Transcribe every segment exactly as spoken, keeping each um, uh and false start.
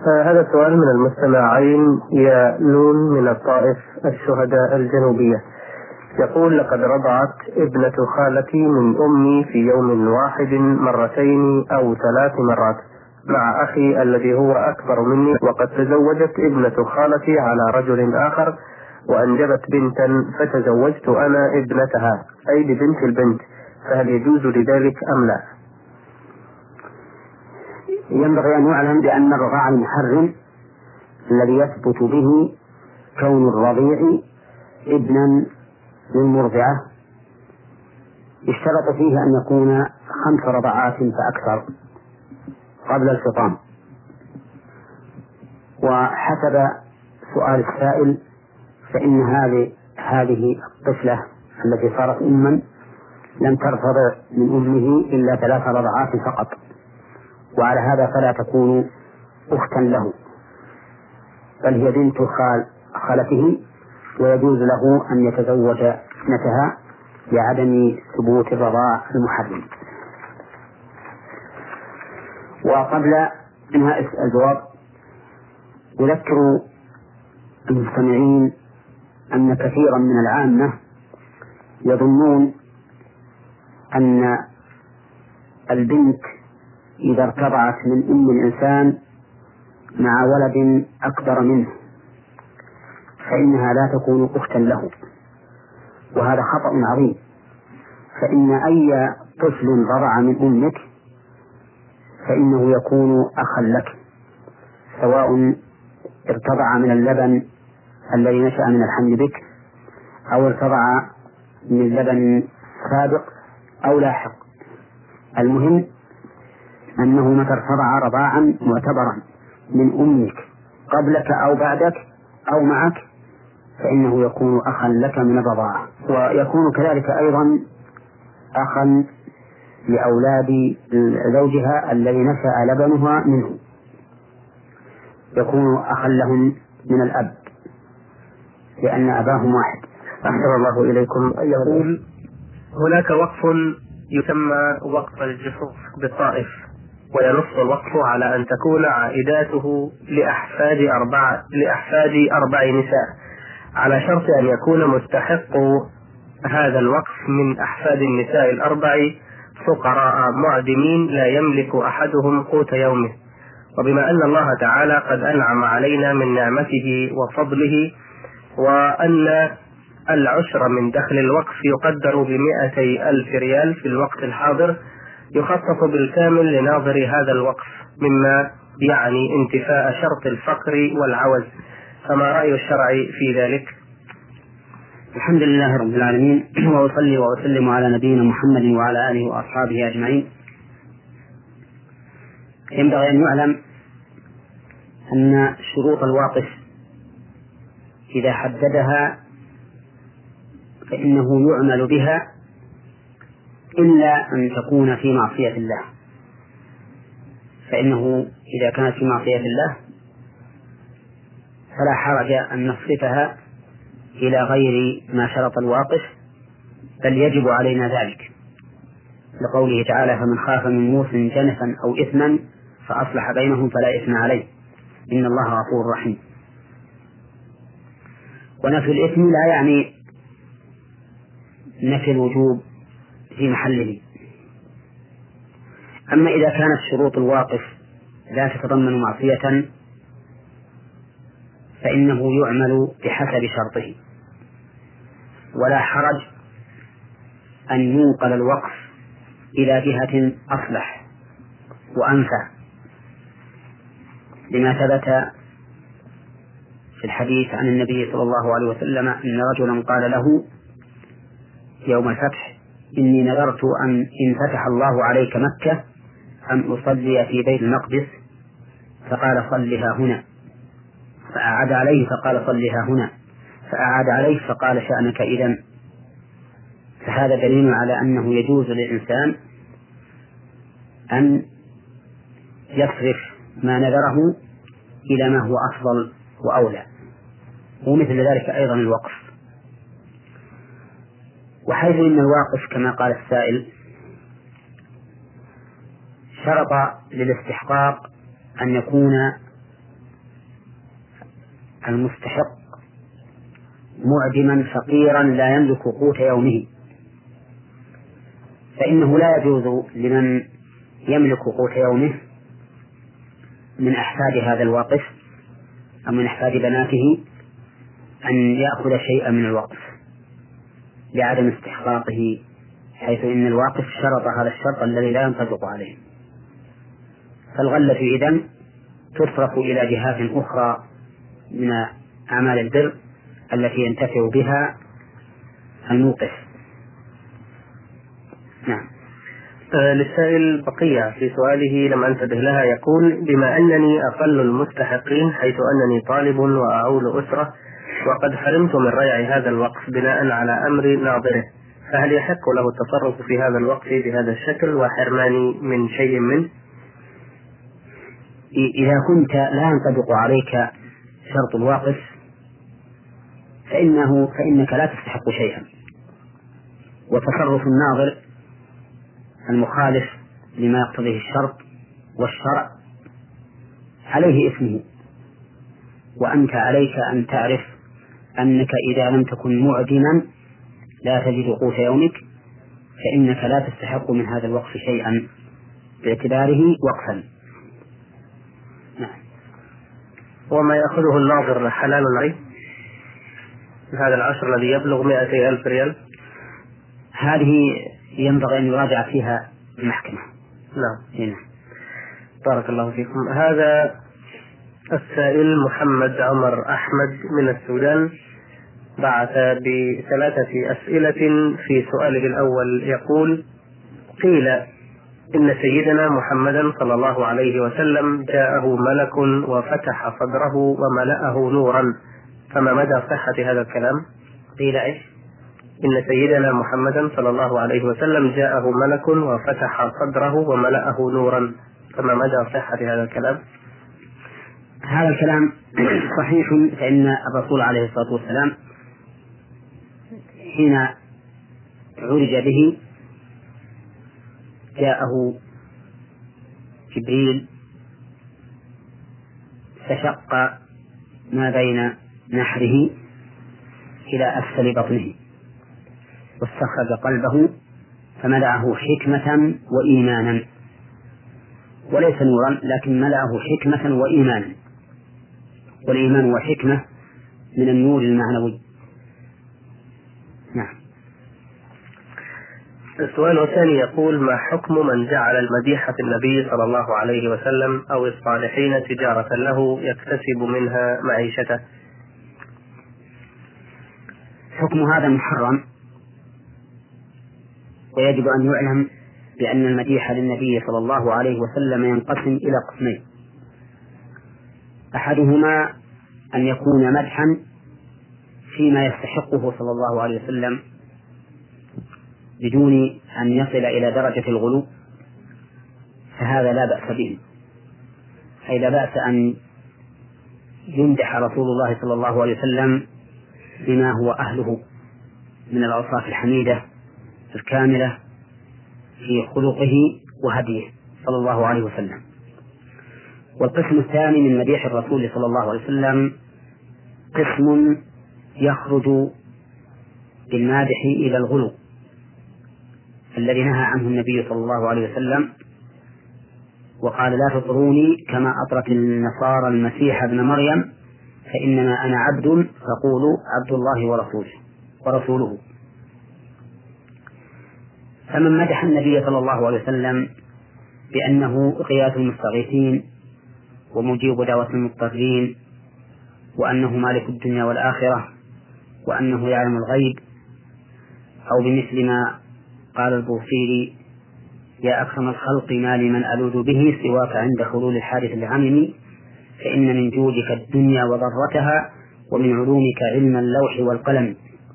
هذا السؤال من المستمعين يا نون من الطائف الشهداء الجنوبية. يقول: لقد رضعت ابنة خالتي من أمي في يوم واحد مرتين أو ثلاث مرات مع أخي الذي هو أكبر مني، وقد تزوجت ابنة خالتي على رجل آخر وأنجبت بنتا فتزوجت أنا ابنتها أي ببنت البنت، فهل يجوز لذلك أم لا؟ ينبغي أن يعلم بأن الرضاع المحرم الذي يثبت به كون الرضيع ابنا للمرضعة يشترط فيه أن يكون خمس رضعات فأكثر قبل الفطام. وحسب سؤال السائل فإن هذه هذه الطفلة التي صارت أما لم ترتضع من أمه إلا ثلاث رضعات فقط، وعلى هذا فلا تكون أختا له، بل هي بنت خال خالته، ويجوز له أن يتزوج ابنتها لعدم ثبوت الرضاع المحرم. وقبل انهاء الجواب يذكر المستمعين أن كثيرا من العامة يظنون أن البنت إذا ارتضعت من أم الإنسان مع ولد أكبر منه فإنها لا تكون أختا له، وهذا خطأ عظيم. فإن أي طفل رضع من أمك فإنه يكون أخا لك، سواء ارتضع من اللبن الذي نشأ من الحمل بك أو ارتضع من لبن سابق أو لاحق. المهم أنه متى ارتضع رضاعا معتبرا من أمك قبلك أو بعدك أو معك فإنه يكون أخا لك من الرضاعة، ويكون كذلك أيضا أخا لأولاد زوجها الذي نشأ لبنها منه، يكون أخا لهم من الأب لأن أباهم واحد. أحسن الله إليكم. يقول: هناك وقف يسمى وقف الجفوف بالطائف، وينص الوقف على أن تكون عائداته لأحفاد أربع لأحفاد أربع نساء، على شرط أن يكون مستحق هذا الوقف من أحفاد النساء الأربع فقراء معدمين لا يملك أحدهم قوت يومه. وبما أن الله تعالى قد أنعم علينا من نعمته وفضله، وأن العشر من دخل الوقف يقدر بمئتي ألف ريال في الوقت الحاضر، يخصص بالكامل لناظر هذا الوقف، مما يعني انتفاء شرط الفقر والعوز، فما رأي الشرع في ذلك؟ الحمد لله رب العالمين، وأصلي وأسلم على نبينا محمد وعلى آله وأصحابه أجمعين. ينبغي أن يعلم أن شروط الواقف إذا حددها فإنه يعمل بها إلا أن تكون في معصية الله، فإنه إذا كانت في معصية الله فلا حرج أن نصرفها إلى غير ما شرط الواقف، بل يجب علينا ذلك، لقوله تعالى: فمن خاف من موص جنفا أو إثما فأصلح بينهم فلا إثم عليه إن الله غفور رحيم. ونفي الإثم لا يعني نفي الوجوب في محله. أما إذا كانت شروط الواقف لا تتضمن معصية فإنه يعمل بحسب شرطه، ولا حرج أن ينقل الوقف إلى جهة أصلح وأنفع، لما ثبت في الحديث عن النبي صلى الله عليه وسلم أن رجلا قال له يوم الفتح: إني نذرت أن إن فتح الله عليك مكة أن أصلي في بيت المقدس، فقال: صلها هنا. فأعاد عليه فقال: صلها هنا. فأعاد عليه فقال: شأنك إذن. فهذا دليل على أنه يجوز للإنسان أن يصرف ما نذره إلى ما هو أفضل وأولى، ومثل ذلك أيضا الوقف. وحيث إن الواقف كما قال السائل شرط للاستحقاق أن يكون المستحق معدما فقيرا لا يملك قوت يومه، فإنه لا يجوز لمن يملك قوت يومه من أحفاد هذا الواقف أو من أحفاد بناته أن يأخذ شيئا من الوقف لعدم استحقاقه، حيث إن الواقف شرط هذا الشرط الذي لا ينطبق عليه. فالغلة إذن تصرف إلى جهات أخرى من أعمال البر التي ينتفع بها الموقف. نعم. آه للسائل بقية في سؤاله لم أنتبه لها، يقول: بما أنني أقل المستحقين حيث أنني طالب وأعول أسرة وقد حرمت من ريع هذا الوقف بناء على أمر ناظره، فهل يحق له التصرف في هذا الوقف بهذا الشكل وحرماني من شيء منه؟ إذا كنت لا ينطبق عليك شرط الواقف فإنه فإنك لا تستحق شيئا، وتصرف الناظر المخالف لما يقتضيه الشرط والشرع عليه اسمه، وأنت عليك أن تعرف أنك إذا لم تكن معدما لا تجد قوت يومك فإنك لا تستحق من هذا الوقف شيئا باعتباره وقفا. نعم. وما يأخذه الناظر حلال عليه؟ هذا العشر الذي يبلغ مائتي ألف ريال هذه ينبغي أن يراجع فيها المحكمة. نعم. هنا. بارك الله فيكم. هذا السائل محمد عمر أحمد من السودان بعث بثلاثة أسئلة. في سؤاله الأول يقول: قيل إن سيدنا محمدا صلى الله عليه وسلم جاءه ملك وفتح صدره وملأه نورا، فما مدى صحة هذا الكلام؟ قيل إيش؟ إن سيدنا محمدا صلى الله عليه وسلم جاءه ملك وفتح صدره وملأه نورا، فما مدى صحة هذا الكلام؟ هذا الكلام صحيح، فإن الرسول عليه الصلاة والسلام حين عرج به جاءه جبريل فشق ما بين نحره إلى أسفل بطنه واستخرج قلبه فملأه حكمة وإيمانا، وليس نورا لكن ملأه حكمة وإيمانا، والإيمان والحكمة من النور المعنوي. نعم. السؤال الثاني يقول: ما حكم من جعل المديح في النبي صلى الله عليه وسلم أو الصالحين تجارة له يكتسب منها معيشته؟ حكم هذا محرم، ويجب أن يعلم بأن المديح للنبي صلى الله عليه وسلم ينقسم إلى قسمين: أحدهما أن يكون مدحا فيما يستحقه صلى الله عليه وسلم بدون أن يصل إلى درجة الغلو، فهذا لا بأس به، أي لا بأس أن يمدح رسول الله صلى الله عليه وسلم بما هو أهله من الأوصاف الحميدة الكاملة في خلقه وهديه صلى الله عليه وسلم. والقسم الثاني من مديح الرسول صلى الله عليه وسلم قسم يخرج بالمادح إلى الغلو الذي نهى عنه النبي صلى الله عليه وسلم وقال: لا تطروني كما أطرت النصارى المسيح ابن مريم فإنما أنا عبد فقولوا عبد الله ورسوله ورسوله. فمن مدح النبي صلى الله عليه وسلم بأنه غياث المستغيثين ومجيب دعوة المضطرين وأنه مالك الدنيا والآخرة وأنه يعلم الغيب، أو بمثل ما قال البوصيري: يا أكرم الخلق ما لمن ألوذ به سواك عند حلول الحادث العمم، فإن من جودك الدنيا وضرتها ومن علومك علم اللوح والقلم.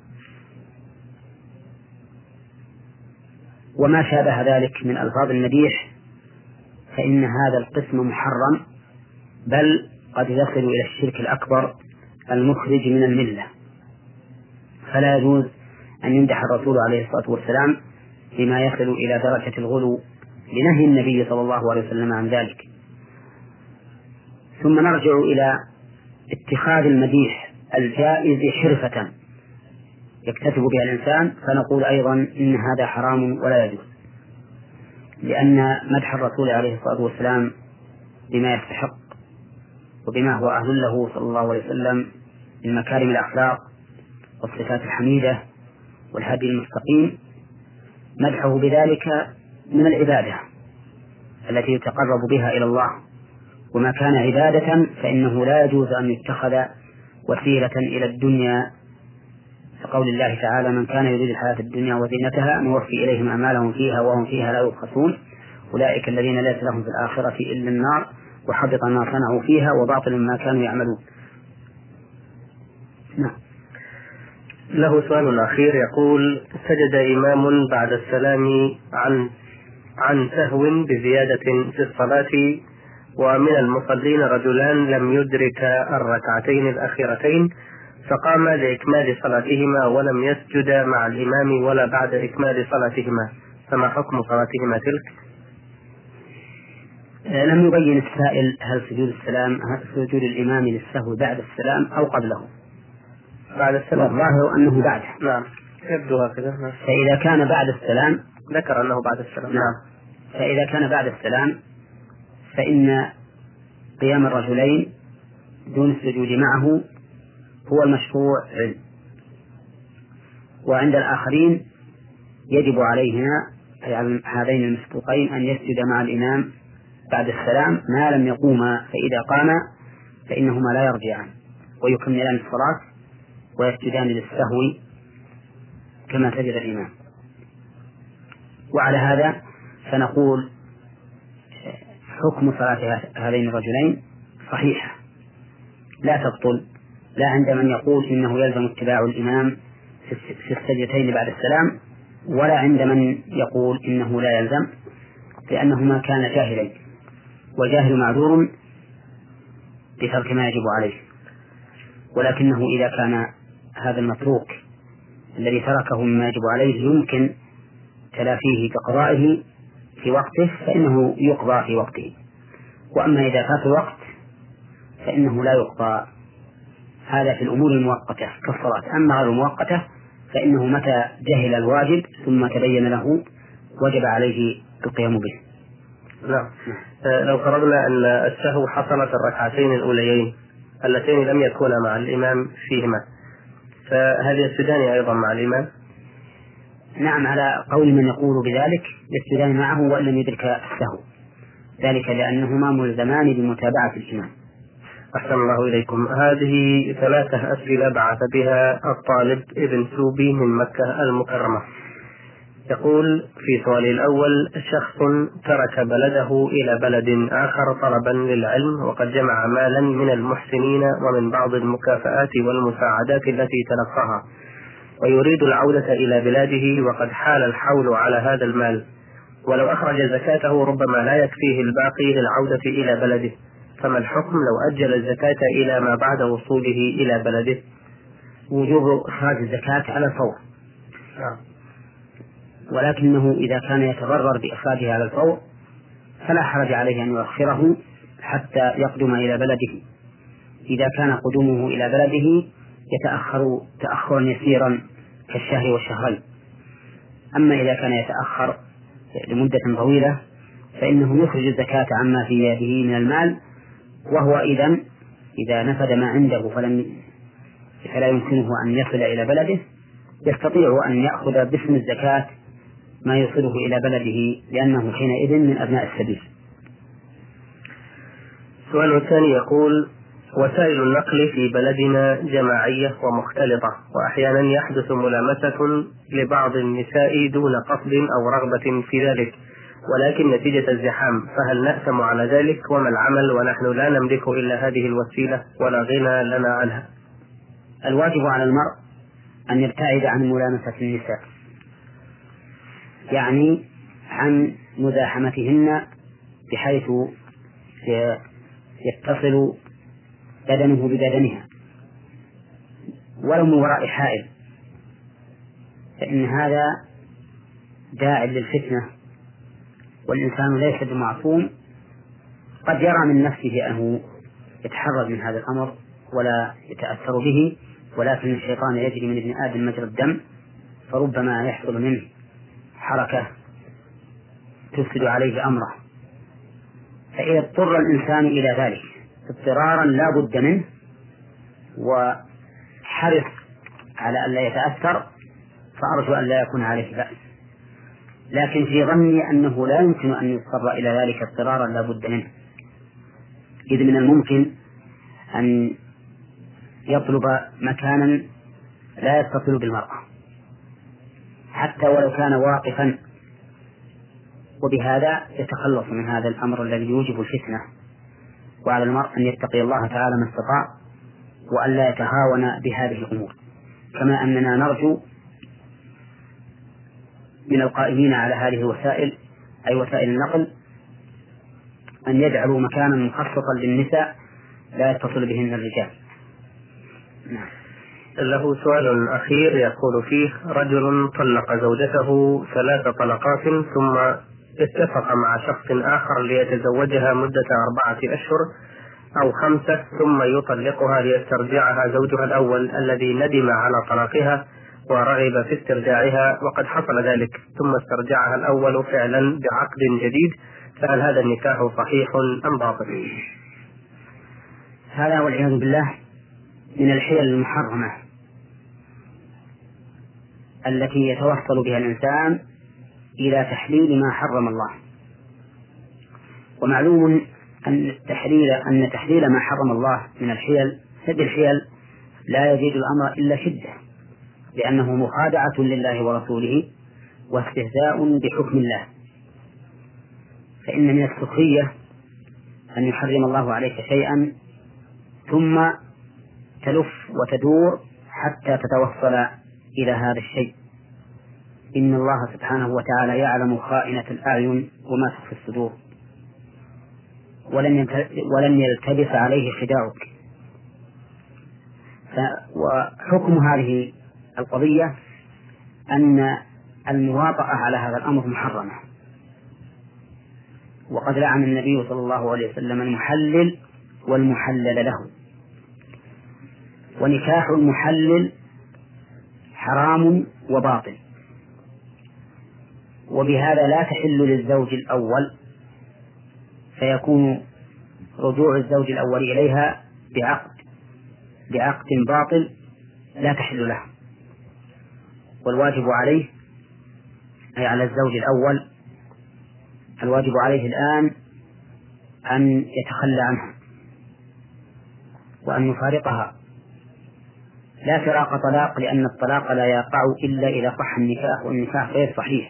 وما شابه ذلك من ألفاظ المديح فإن هذا القسم محرم، بل قد يصل إلى الشرك الأكبر المخرج من الملة، فلا يجوز أن يمدح الرسول عليه الصلاة والسلام بما يصل إلى درجة الغلو لنهي النبي صلى الله عليه وسلم عن ذلك. ثم نرجع إلى اتخاذ المديح الجائز حرفة يكتسب بها الإنسان، فنقول أيضا إن هذا حرام ولا يجوز، لأن مدح الرسول عليه الصلاة والسلام بما يستحق وبما هو أهل له صلى الله عليه وسلم من مكارم الأخلاق والصفات الحميدة والهدي المستقيم، مدحه بذلك من العبادة التي يتقرب بها إلى الله، وما كان عبادة فإنه لا يجوز أن يتخذ وسيلة إلى الدنيا، كقول الله تعالى: من كان يريد الحياة الدنيا وزينتها نوفي إليهم أعمالهم فيها وهم فيها لا يبخسون أولئك الذين ليس لهم في الآخرة إلا النار وحبط ما صنعوا فيها وباطل ما كانوا يعملون. نعم. له سؤال أخير يقول: سجد إمام بعد السلام عن عن سهو بزيادة في الصلاة، ومن المصلين رجلان لم يدرك الركعتين الأخيرتين، فقام لإكمال صلاتهما ولم يسجد مع الإمام ولا بعد إكمال صلاتهما، فما حكم صلاتهما تلك؟ لم يبين السائل هل سجود السلام سجود الإمام للسهو بعد السلام أو قبله. بعد السلام. والظاهر أنه بعده. نعم، يبدو هكذا. نعم. فإذا كان بعد السلام، ذكر أنه بعد السلام. نعم. فإذا كان بعد السلام فإن قيام الرجلين دون السجود معه هو المشروع، وعند الآخرين يجب عليهما يعني هذين المسبوقين أن يسجد مع الإمام بعد السلام ما لم يقوما، فإذا قاما فإنهما لا يرجعان ويكملان الصلاة ويسجدان للسهو كما سجد الإمام. وعلى هذا فنقول حكم صلاة هذين الرجلين صحيحة لا تبطل، لا عند من يقول إنه يلزم اتباع الإمام في السجدتين بعد السلام، ولا عند من يقول إنه لا يلزم، لأنهما كان جاهلين، والجاهل معذور بترك ما يجب عليه. ولكنه إذا كان هذا المتروك الذي تركه مما يجب عليه يمكن تلافيه بقضائه في وقته فإنه يقضى في وقته، وأما إذا فات الوقت فإنه لا يقضى. هذا في الأمور المؤقتة كالصلاة. أما غير المؤقتة فإنه متى جهل الواجب ثم تبين له وجب عليه القيام به. نعم. لو فرضنا أن السهو حصل في الركعتين الأوليين اللتين لم يكونا مع الإمام فيهما، فهل يسجدان أيضا مع الإمام؟ نعم، على قول من يقول بذلك يسجدان معه وإن لم يدرك السهو، ذلك لأنهما ملزمان بمتابعة الإمام. أحسن الله إليكم. هذه ثلاثة أسئلة بعث بها الطالب ابن سوبي من مكة المكرمة. يقول في سؤاله الأول: شخص ترك بلده إلى بلد آخر طلبا للعلم، وقد جمع مالا من المحسنين ومن بعض المكافآت والمساعدات التي تلقاها، ويريد العودة إلى بلاده وقد حال الحول على هذا المال، ولو أخرج زكاته ربما لا يكفيه الباقي للعودة إلى بلده، فما الحكم لو أجل الزكاة إلى ما بعد وصوله إلى بلده؟ وجوب إخراج الزكاة على الفور، ولكنه إذا كان يتضرر بإخراجها على الفور فلا حرج عليه أن يؤخره حتى يقدم إلى بلده، إذا كان قدومه إلى بلده يتأخر تأخرا يسيرا كالشهر والشهرين. أما إذا كان يتأخر لمدة طويلة فإنه يخرج الزكاة عما في يده من المال، وهو إذن إذا نفد ما عنده فلم فلا يمكنه أن يصل إلى بلده يستطيع أن يأخذ باسم الزكاة ما يوصله إلى بلده، لأنه حينئذ من أبناء السبيل. السؤال الثاني يقول: وسائل النقل في بلدنا جماعية ومختلطة، وأحيانا يحدث ملامسة لبعض النساء دون قصد أو رغبة في ذلك، ولكن نتيجة الزحام، فهل نأثم على ذلك؟ وما العمل ونحن لا نملك إلا هذه الوسيلة ولا غنى لنا عنها؟ الواجب على المرء أن يبتعد عن ملامسة النساء، يعني عن مزاحمتهن بحيث يتصل بدنه ببدنها ولو من وراء حائل، فإن هذا داع للفتنة، والإنسان ليس بمعصوم، قد يرى من نفسه أنه يتحرز من هذا الأمر ولا يتأثر به، ولكن الشيطان يجري من ابن آدم مجرى الدم، فربما يحصل منه حركة تفسد عليه أمره. فإذا اضطر الإنسان إلى ذلك اضطرارا لا بد منه وحرص على أن لا يتأثر، فأرجو أن لا يكون عليه بأس. لكن في ظني أنه لا يمكن أن يضطر إلى ذلك اضطرارا لا بد منه، إذ من الممكن أن يطلب مكانا لا يتصل بالمرأة حتى ولو كان واقفا، وبهذا يتخلص من هذا الأمر الذي يوجب الفتنة. وعلى المرء أن يتقي الله تعالى ما استطاع وأن لا يتهاون بهذه الأمور، كما أننا نرجو من القائمين على هذه الوسائل أي وسائل النقل أن يجعلوا مكانا مخصصا للنساء لا يتصل بهن الرجال. نعم. له سؤال أخير يقول فيه: رجل طلق زوجته ثلاث طلقات ثم اتفق مع شخص آخر ليتزوجها مدة أربعة أشهر أو خمسة، ثم يطلقها ليسترجعها زوجها الأول الذي ندم على طلاقها ورغب في استرجاعها، وقد حصل ذلك ثم استرجعها الأول فعلا بعقد جديد، فهل هذا النكاح صحيح أم باطل؟ هذا والعياذ بالله من الحيل المحرمة التي يتوصل بها الإنسان إلى تحليل ما حرم الله. ومعلوم أن التحليل أن تحليل ما حرم الله من الحيل سد الحيل لا يزيد الأمر إلا شدة، لأنه مخادعة لله ورسوله واستهزاء بحكم الله. فإن من السخرية أن يحرم الله عليك شيئا ثم تلف وتدور حتى تتوصل إلى هذا الشيء. إن الله سبحانه وتعالى يعلم خائنة الأعين وما تخفي الصدور، ولن يلتبس عليه خداعك. وحكم هذه القضية أن المواطأة على هذا الأمر محرمة، وقد لعن النبي صلى الله عليه وسلم المحلل والمحلل له. ونكاح المحلل حرام وباطل، وبهذا لا تحل للزوج الأول، فيكون رجوع الزوج الأول إليها بعقد بعقد باطل لا تحل له. والواجب عليه أي على الزوج الأول الواجب عليه الآن أن يتخلى عنها وأن يفارقها، لا فراق طلاق، لأن الطلاق لا يقع إلا إذا صح النكاح، والنكاح غير صحيح،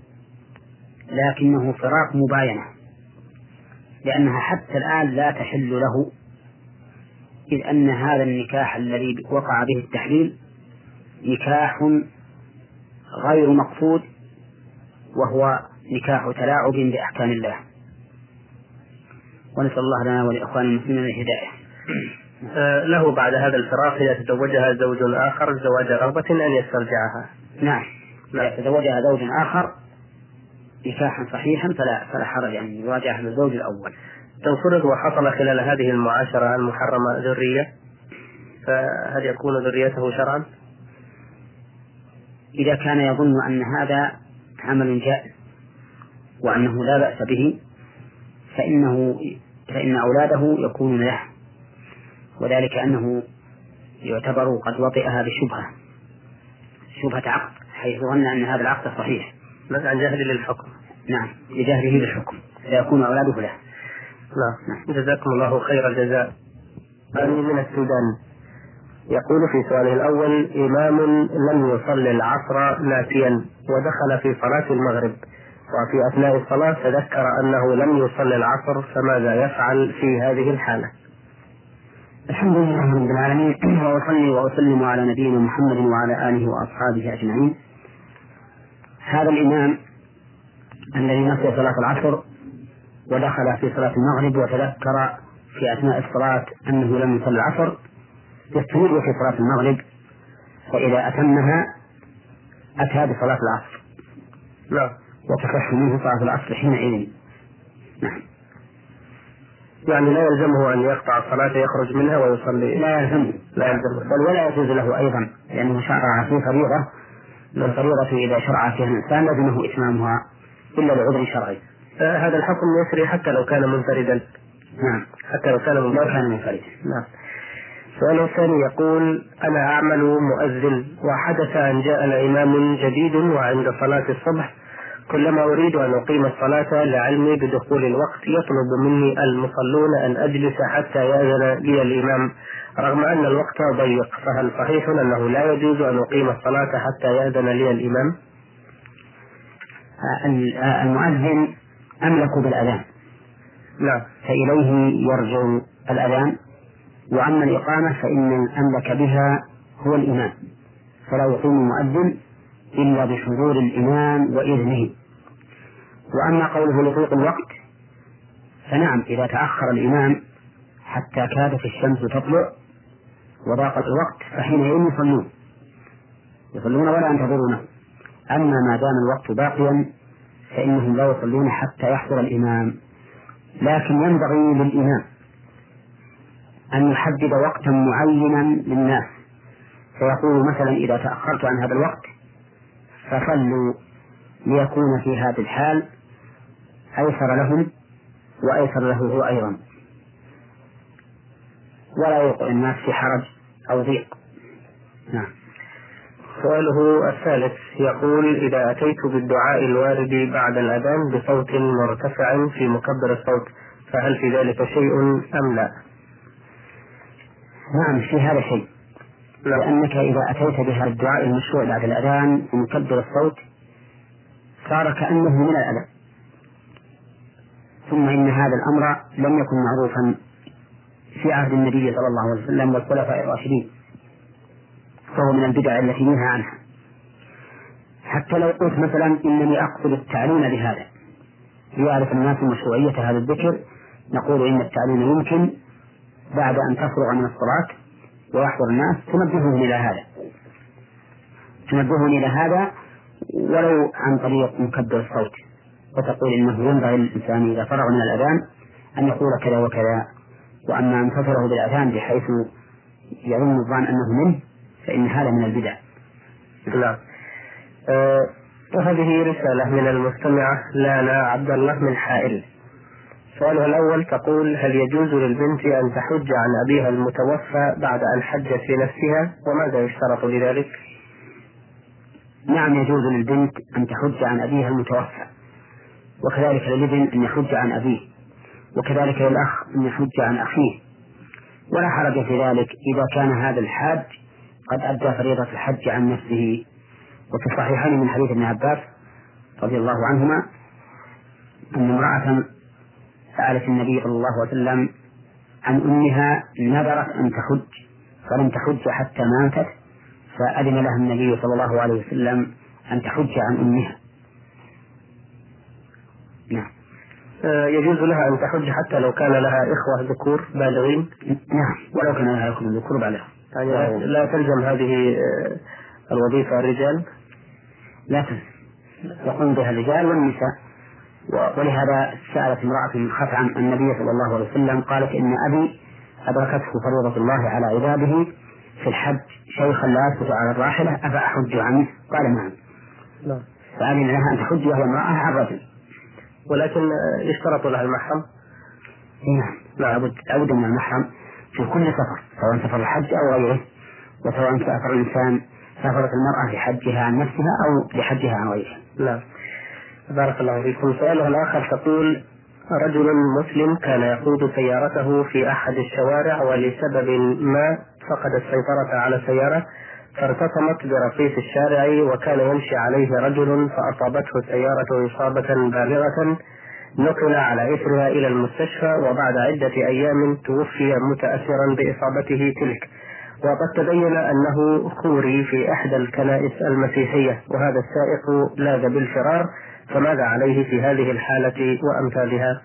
لكنه فراق مباينة، لأنها حتى الآن لا تحل له، إذ أن هذا النكاح الذي وقع به التحليل نكاح غير مقصود، وهو نكاح تلاعب بأحكام الله. ونسأل الله لنا ولإخوان المسلمين الهداية. آه له بعد هذا الفراق إذا تزوجها زوج آخر زواج رغبة أن يسترجعها. نعم، إذا تزوجها زوج آخر نكاحا صحيحا فلا فلا حرج أن يراجعها الزوج الأول. تنفرد وحصل خلال هذه المعاشرة المحرمة ذرية، فهل يكون ذريته شرعا؟ إذا كان يظن أن هذا عمل جائز وأنه لا بأس به فإنه فإن أولاده يكونون له، وذلك أنه يعتبر قد وطئها بشبهة شبهة عقد، حيث ظن أن هذا العقد صحيح بس عن جهل للحكم. نعم، لجهله بالحكم فيكون أولاده له. نعم. جزاكم الله خير الجزاء. من السودان يقول في سؤاله الأول: إمام لم يصلي العصر ناسيا ودخل في صلاة المغرب، وفي أثناء الصلاة تذكر أنه لم يصلي العصر، فماذا يفعل في هذه الحالة؟ الحمد لله رب العالمين، وأصلي وأسلم على نبينا محمد وعلى آله وأصحابه أجمعين. هذا الإمام الذي نسي صلاة العصر ودخل في صلاة المغرب وتذكر في أثناء الصلاة أنه لم يصلي العصر يستمر في صلاة المغرب، فإذا أتمها أتى بصلاة العصر لا وتصح منه صلاة العصر حينئذ. نعم. يعني لا يلزمه أن يقطع الصلاة يخرج منها ويصلي؟ لا يلزمه، لا يلزمه، بل ولا يجوز له أيضا، لأنه شرع في فريضة، والفريضة إذا شرع فيها الإنسان لازمه إتمامها إلا لعذر شرعي. آه هذا الحكم يسري حتى لو كان منفردا. نعم، حتى لو كان منفردا. لو كان منفردا. نعم. السؤال الثاني يقول: أنا أعمل مؤذن، وحدث أن جاءنا إمام جديد وعند صلاة الصبح كلما أريد أن أقيم الصلاة لعلمي بدخول الوقت يطلب مني المصلون أن أجلس حتى يأذن لي الإمام رغم أن الوقت ضيق، فهل صحيح أنه لا يجوز أن أقيم الصلاة حتى يأذن لي الإمام؟ المؤذن أملك بالأذان، نعم، فإليه يرجع الأذان، وأما الإقامة فإن الأملك بها هو الإمام، فلا يقيم المؤذن إلا بحضور الإمام وإذنه. وأما قوله لضيق الوقت فنعم، إذا تأخر الإمام حتى كادت الشمس تطلع وضاق الوقت فحينئذ يصلون يصلون ولا ينتظرونه. أما ما دام الوقت باقيا فإنهم لا يصلون حتى يحضر الإمام، لكن ينبغي للإمام أن يحدد وقتا معينا للناس، فيقول مثلا: إذا تأخرت عن هذا الوقت فصلوا، ليكون في هذه الحال أيسر لهم وأيسر له هو أيضا، ولا يوقع الناس في حرج أو ضيق. نعم. سؤاله الثالث يقول: إذا أتيت بالدعاء الوارد بعد الأذان بصوت مرتفع في مكبر الصوت فهل في ذلك شيء أم لا؟ نعم، في هذا شيء، لأنك إذا أتيت بهذا الدعاء المشروع بعد الأذان ومكبر الصوت صار كأنه من الأذان، ثم إن هذا الأمر لم يكن معروفا في عهد النبي صلى الله عليه وسلم والخلفاء الراشدين، فهو من البدع التي نهى عنها. حتى لو قلت مثلا إنني أقصد التعليم بهذا ليعرف الناس مشروعية هذا الذكر، نقول إن التعليم يمكن بعد أن تفرغ من الصلاة ويحضر الناس تنبههم إلى هذا تنبههم إلى هذا ولو عن طريق مكبر الصوت، وتقول إنه ينبغي للإنسان إذا فرغ من الأذان أن يقول كذا وكذا، وأما أن تفرغ بالأذان بحيث يظن الظان أنه منه فإن هذا من البدع. نعم. أه وهذه رسالة من المستمعة لانا عبد الله من حائل. سؤالها الأول تقول: هل يجوز للبنت أن تحج عن أبيها المتوفى بعد أن حجت في نفسها، وماذا يشترط لذلك؟ نعم، يجوز للبنت أن تحج عن أبيها المتوفى، وكذلك للابن أن يحج عن أبيه، وكذلك للأخ أن يحج عن أخيه، ولا حرج في ذلك إذا كان هذا الحاج قد أدى فريضة الحج عن نفسه. وفي الصحيحين من حديث ابن عباس رضي الله عنهما أن امرأة سألت النبي صلى الله عليه وسلم عن أمها نذرت أن تحج فلم تحج حتى ماتت، فأذن لها النبي صلى الله عليه وسلم أن تحج عن أمها. نعم. يجوز لها أن تحج حتى لو كان لها إخوة ذكور بالغين؟ نعم، ولو كان لها إخوة ذكور بالغين، يعني لا تلزم هذه الوظيفة الرجال؟ لا تلزم، يقوم بها الرجال والنساء. ولهذا سألت امرأة خفعا النبي صلى الله عليه وسلم قالت: إن أبي أدركته فريضة الله على عباده في الحج شيخا لا يثبت على الراحلة أفأحج عنه؟ قال: نعم. نعم. فأذن لها أن تحج وهي امرأة عن رجل، ولكن يشترط لها المحرم. نعم، لابد لابد من المحرم في كل سفر، سواء سفر الحج أو غيره، وسواء سافر الإنسان سافرت المرأة لحجها عن نفسها أو لحجها عن غيرها. لا. بارك الله فيكم. سؤالها الآخر تقول: رجل مسلم كان يقود سيارته في أحد الشوارع ولسبب ما فقد السيطرة على السيارة فارتطمت برصيف الشارع، وكان يمشي عليه رجل فأصابته السيارة إصابة بالغة، نقل على إثرها إلى المستشفى، وبعد عدة أيام توفي متأثرا بإصابته تلك، وقد تبين أنه خوري في إحدى الكنائس المسيحية، وهذا السائق لاذ بالفرار، فماذا عليه في هذه الحالة وأمثالها؟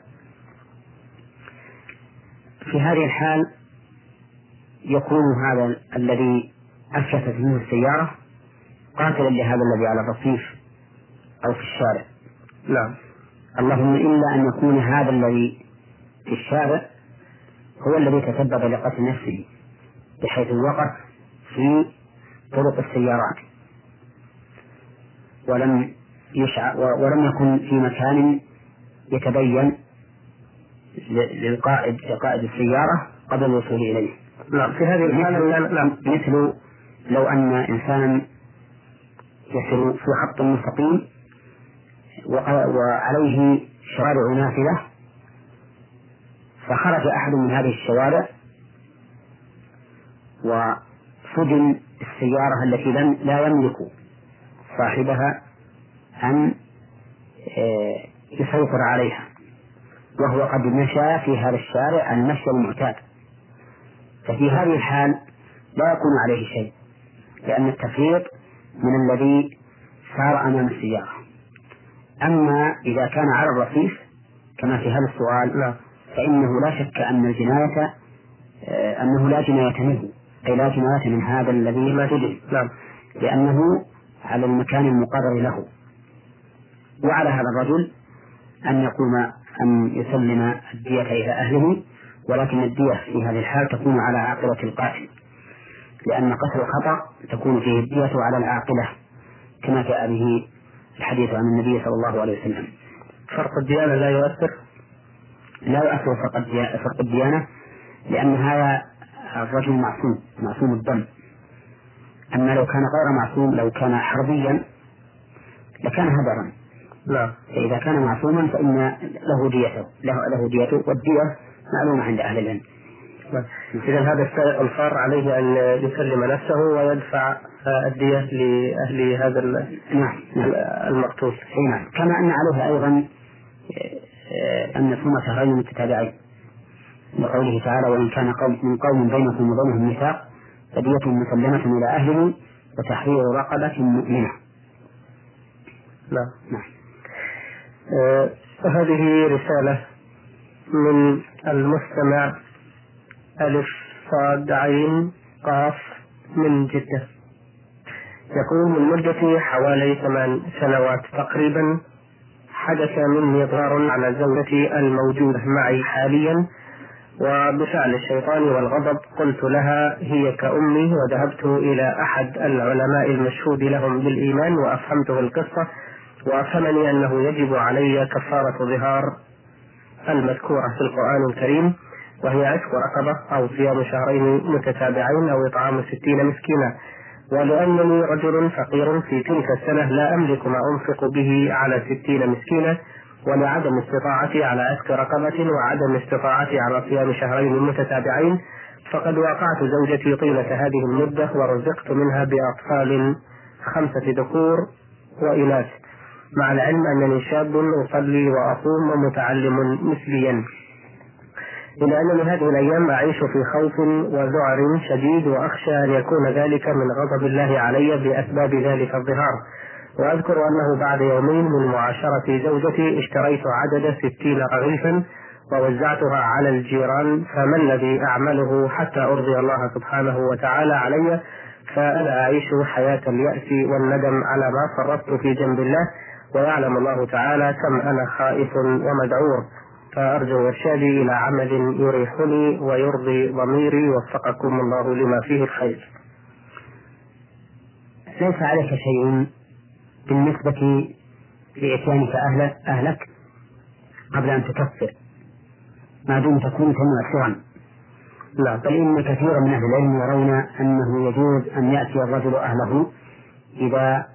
في هذه الحال يكون هذا الذي أفلتت منه السيارة قاتلا لهذا الذي على الرصيف أو في الشارع. نعم. اللهم إلا أن يكون هذا الذي في الشارع هو الذي تسبب لقتل نفسه، بحيث وقف في طرق السيارات ولم يشع ولم يكن في مكان يتبين للقائد قائد السيارة قبل الوصول إليه. لا في هذه الحالة مثل, مثل لو أن إنسانا يسير في خط مستقيم وعليه شوارع نافذة، فخرج أحد من هذه الشوارع وسجن السيارة التي لم لا يملك صاحبها أن يسيطر عليها، وهو قد مشى في هذا الشارع المشي المعتاد، ففي هذه الحال لا يكون عليه شيء، لأن التفريط من الذي سار أمام السيارة. أما إذا كان على الرصيف كما في هذا السؤال لا. فإنه لا شك أن الجناية أنه لا جناية منه، أي لا جناية من هذا الذي ما سجن، لأنه على المكان المقرر له. وعلى هذا الرجل أن يقوم أن يسلم الدية إلى أهله، ولكن الدية في هذه الحال تكون على عاقلة القاتل، لأن قتل الخطأ تكون فيه الدية على العاقلة كما جاء به الحديث عن النبي صلى الله عليه وسلم. فرق الديانة لا يؤثر لا يؤثر فرق الديانة، لأن هذا الرجل معصوم معصوم الدم. أما لو كان غير معصوم، لو كان حربيا لكان هدرا. لا. فإذا كان معصوما فإن له ديته له, له ديته والدية معلومة عند أهل العلم. إذا هذا السائق الفار عليه أن يسلم نفسه ويدفع الدية لأهل هذا المقتول. نعم. كما أن عليه أيضا أن يصوم شهرين متتابعين، لقوله تعالى: وإن كان قوم من قوم بينكم وبينهم ميثاق فدية مسلمة إلى أهله وتحرير رقبة مؤمنة. لا. نعم. آه هذه رسالة من المستمع ألف صاد عين قاف من جدة، يقول: من مدة حوالي ثمان سنوات تقريبا حدث مني ضرر على زوجتي الموجودة معي حاليا، وبفعل الشيطان والغضب قلت لها هي كأمي، وذهبت إلى أحد العلماء المشهود لهم بالإيمان وأفهمته القصة، وأفهمني أنه يجب علي كفارة ظهار المذكورة في القرآن الكريم، وهي عتق رقبة أو صيام شهرين متتابعين أو إطعام ستين مسكينا، ولأنني رجل فقير في تلك السنة لا أملك ما أنفق به على ستين مسكينا، ولعدم استطاعتي على عتق رقبة وعدم استطاعتي على صيام شهرين متتابعين، فقد وقعت زوجتي طيلة هذه المدة ورزقت منها بأطفال خمسة ذكور وإناث، مع العلم أنني شاب أصلي وأصوم ومتعلم مثليا، إلى أنني هذه الأيام أعيش في خوف وذعر شديد، وأخشى أن يكون ذلك من غضب الله علي بأسباب ذلك الظهار. وأذكر أنه بعد يومين من معاشرة زوجتي اشتريت عدد ستين رغيفا ووزعتها على الجيران، فما الذي أعمله حتى أرضي الله سبحانه وتعالى علي؟ فأنا أعيش حياة اليأس والندم على ما فرطت في جنب الله، ويعلم الله تعالى كم أنا خائف ومذعور، فأرجو إرشادي إلى عمل يريحني ويرضي ضميري، وفقكم الله لما فيه الخير. ليس عليك شيء بالنسبة لإتيانك أهلك, أهلك قبل أن تكفر، ما دمت كنت مؤثرا. لا، بل إن كثيرا من أهل العلم يرون أنه يجوز أن يأتي الرجل أهله إذا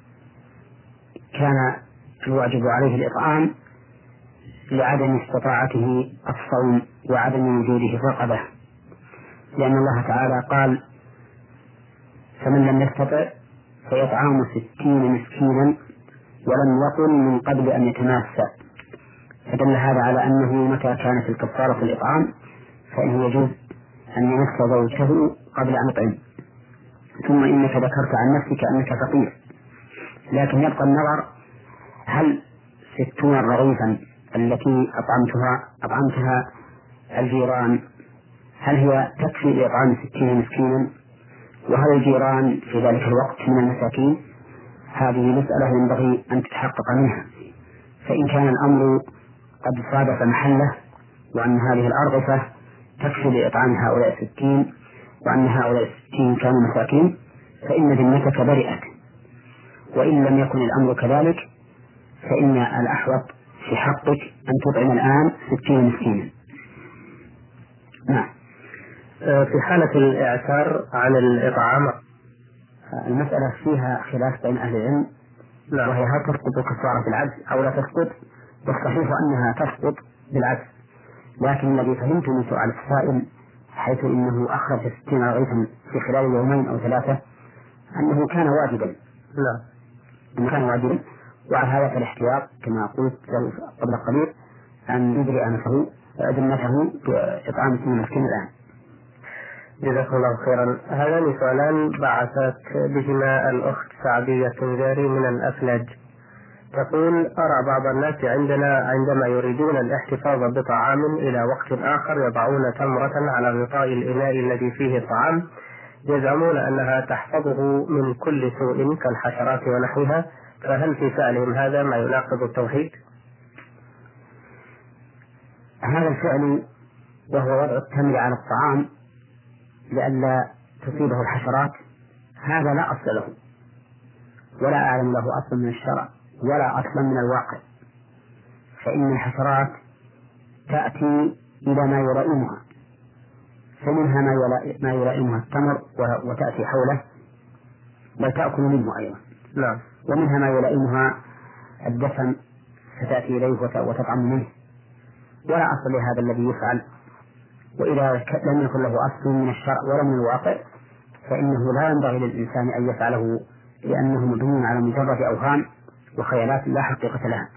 كان الواجب عليه الإطعام لعدم استطاعته الصوم وعدم وجوده في الرقبة، لأن الله تعالى قال: فمن لم يستطع فيطعم ستين مسكينا ولم يقل من قبل أن يتماسى، فدل هذا على أنه متى كانت الكفارة الإطعام فإنه يجوز أن يمس زوجته قبل أن يطعم. ثم إنك ذكرت عن نفسك أنك فقير، لكن يبقى النظر: هل ستون رغيفا التي أطعمتها أطعمتها الجيران هل هي تكفي لإطعام ستين مسكينا؟ وهل الجيران في ذلك الوقت من المساكين؟ هذه مسألة ينبغي أن تتحقق منها. فإن كان الأمر قد صادف محله وأن هذه الأرغفة تكفي لإطعام هؤلاء الستين وأن هؤلاء الستين كانوا مساكين فإن ذمتك برئت، وإن لم يكن الأمر كذلك فإن الأحوط في حقك أن تطعم الآن ستين مسكينا. نعم. في حالة الإعسار عن الإطعام المسألة فيها خلاف بين أهل العلم، لا. وهي هل تسقط كفارة العجز أو لا تسقط، والصحيح أنها تسقط بالعجز، لكن الذي فهمت من سؤال السائل حيث إنه أخرج ستين رغيفا في خلال يومين أو ثلاثة أنه كان واجبا. لا أنه كان واجبا، وعلى هذا فالاحتياط كما قلت قبل قليل أن يدري أنفه ذمته بإطعام ستين مسكين الآن. جزاكم الله خيرا. هذان سؤالان بعثت بهما الأخت سعدية التنجاري من الأفلاج. تقول: أرى بعض الناس عندنا عندما يريدون الاحتفاظ بطعام إلى وقت آخر يضعون تمرة على غطاء الإناء الذي فيه الطعام، يزعمون أنها تحفظه من كل سوء كالحشرات ونحوها، فهل في فعلهم هذا ما يناقض التوحيد؟ هذا الفعل وهو وضع التمر على الطعام لئلا تصيبه الحشرات هذا لا أصل له، ولا أعلم له أصل من الشرع ولا أصلا من الواقع، فإن الحشرات تأتي إلى ما يلائمها، فمنها ما يلائمها التمر وتأتي حوله بل تأكل منه أيضا. نعم. ومنها ما يلائمها الدفن فتأتي إليه وتطعم منه، ولا أصل لهذا الذي يفعل. وإذا لم يكن له أصل من الشرع ولا من الواقع فإنه لا ينبغي للإنسان أن يفعله، لأنه مبني على مجرد أوهام وخيالات لا حقيقة لها.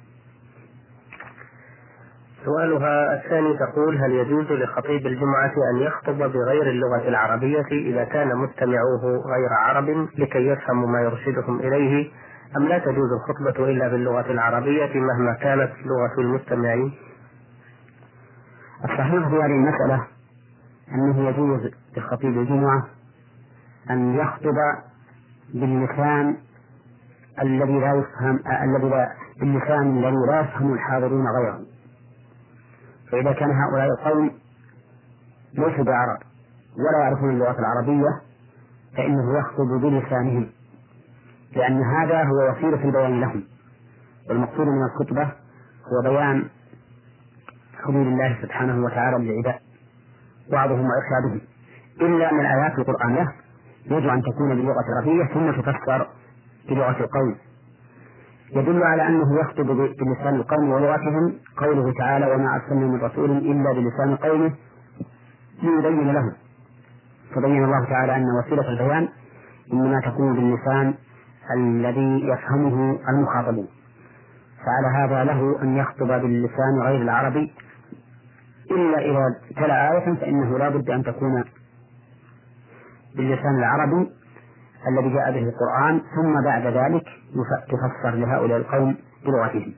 سؤالها الثاني تقول: هل يجوز لخطيب الجمعة أن يخطب بغير اللغة العربية إذا كان مستمعوه غير عرب لكي يفهموا ما يرشدهم إليه، أم لا تجوز الخطبة إلا باللغة العربية مهما كانت لغة المستمعين؟ الصحيح في هذه المسألة أنه يجوز لخطيب الجمعة أن يخطب باللسان الذي لا يفهم الذي لا باللسان الذي لا يفهم الحاضرون غيره. فإذا كان هؤلاء القوم ليسوا بعرب ولا يعرفون اللغة العربية فإنه يخطب بلسانهم، لأن هذا هو وسيلة البيان لهم، والمقصود من الخطبة هو بيان حدود الله سبحانه وتعالى للعباد بعضهم وإرشادهم، إلا أن الآيات في القرآن له يجب أن تكون باللغة العربية ثم تفسر بلغة القوم. يدل على أنه يخطب بلسان القوم ولغتهم قوله تعالى: وما أرسلنا من رسول إلا بلسان قومه ليبين لهم. فبين الله تعالى أن وسيلة البيان إنما تكون باللسان الذي يفهمه المخاطبون، فعلى هذا له أن يخطب باللسان غير العربي، إلا إذا تلا آية فإنه لا بد أن تكون باللسان العربي الذي جاء به القرآن، ثم بعد ذلك تفسر لهؤلاء القوم بلغتهم.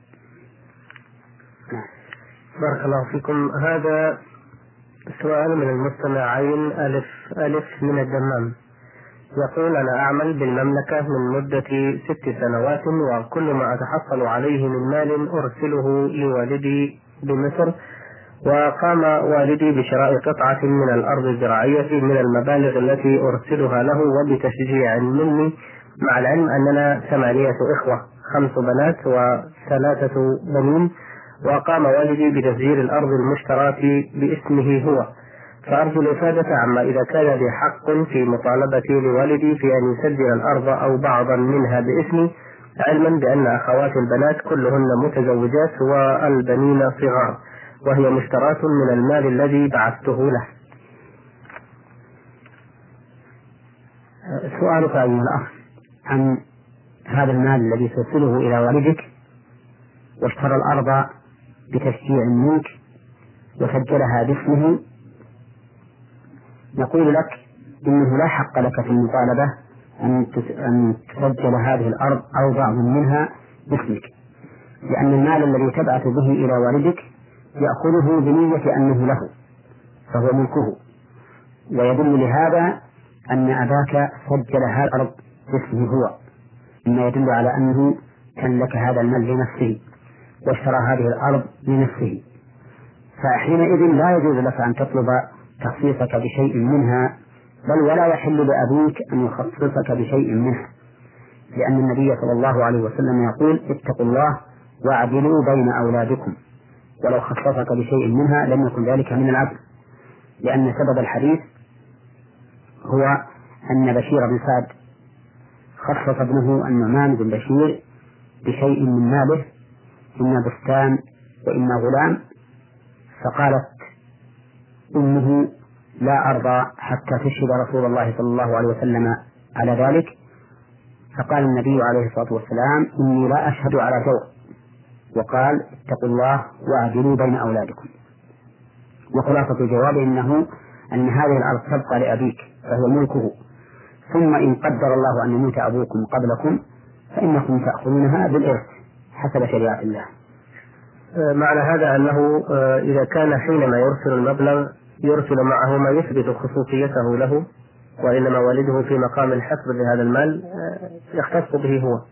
بارك الله فيكم. هذا سؤال من المستمعين ألف ألف من الدمام. يقول: أنا أعمل بالمملكة من مدة ست سنوات، وكل ما أتحصل عليه من مال أرسله لوالدي بمصر، وقام والدي بشراء قطعة من الأرض الزراعية من المبالغ التي أرسلها له وبتشجيع مني، مع العلم أننا ثمانية إخوة، خمس بنات وثلاثة بنين، وقام والدي بتسجيل الأرض المشتراة باسمه هو، فأرجو الإفادة عما إذا كان لي حق في مطالبتي لوالدي في أن يسجل الأرض أو بعضا منها باسمي، علما بأن أخوات البنات كلهن متزوجات والبنين صغار، وهي مشتراة من المال الذي بعثته له. سؤالك أيها الأخ عن هذا المال الذي ترسله إلى والدك واشترى الأرض بتشجيع منك وسجلها باسمه، نقول لك إنه لا حق لك في المطالبة أن تسجل هذه الأرض أو بعض منها باسمك، لأن المال الذي تبعث به إلى والدك يأخذه بنية أنه له فهو ملكه، ويدل لهذا أن أباك سجل هذه الأرض باسمه هو، مما يدل على أنه تملك هذا المال لنفسه واشترى هذه الأرض لنفسه، فحينئذ لا يجوز لك أن تطلب تخصيصك بشيء منها، بل ولا يحل لأبيك أن يخصصك بشيء منها، لأن النبي صلى الله عليه وسلم يقول اتقوا الله واعدلوا بين أولادكم، ولو خصصك بشيء منها لم يكن ذلك من العدل، لأن سبب الحديث هو أن بشير بن سعد خصص ابنه النعمان بن بشير بشيء من ماله، إما بستان وإما غلام، فقالت أمه لا أرضى حتى تشهد رسول الله صلى الله عليه وسلم على ذلك، فقال النبي عليه الصلاة والسلام إني لا أشهد على جور، وقال اتقوا الله واعدلوا بين أولادكم. وخلاصة الجواب إنه أن هذه الأرض تبقى لأبيك فهو ملكه، ثم إن قدر الله أن يموت أبوكم قبلكم فإنكم تأخذونها بالإرث حسب شريعة الله. معنى هذا أنه إذا كان حينما يرسل المبلغ يرسل معه ما يثبت خصوصيته له، وإنما والده في مقام الحفظ لهذا المال يختص به هو.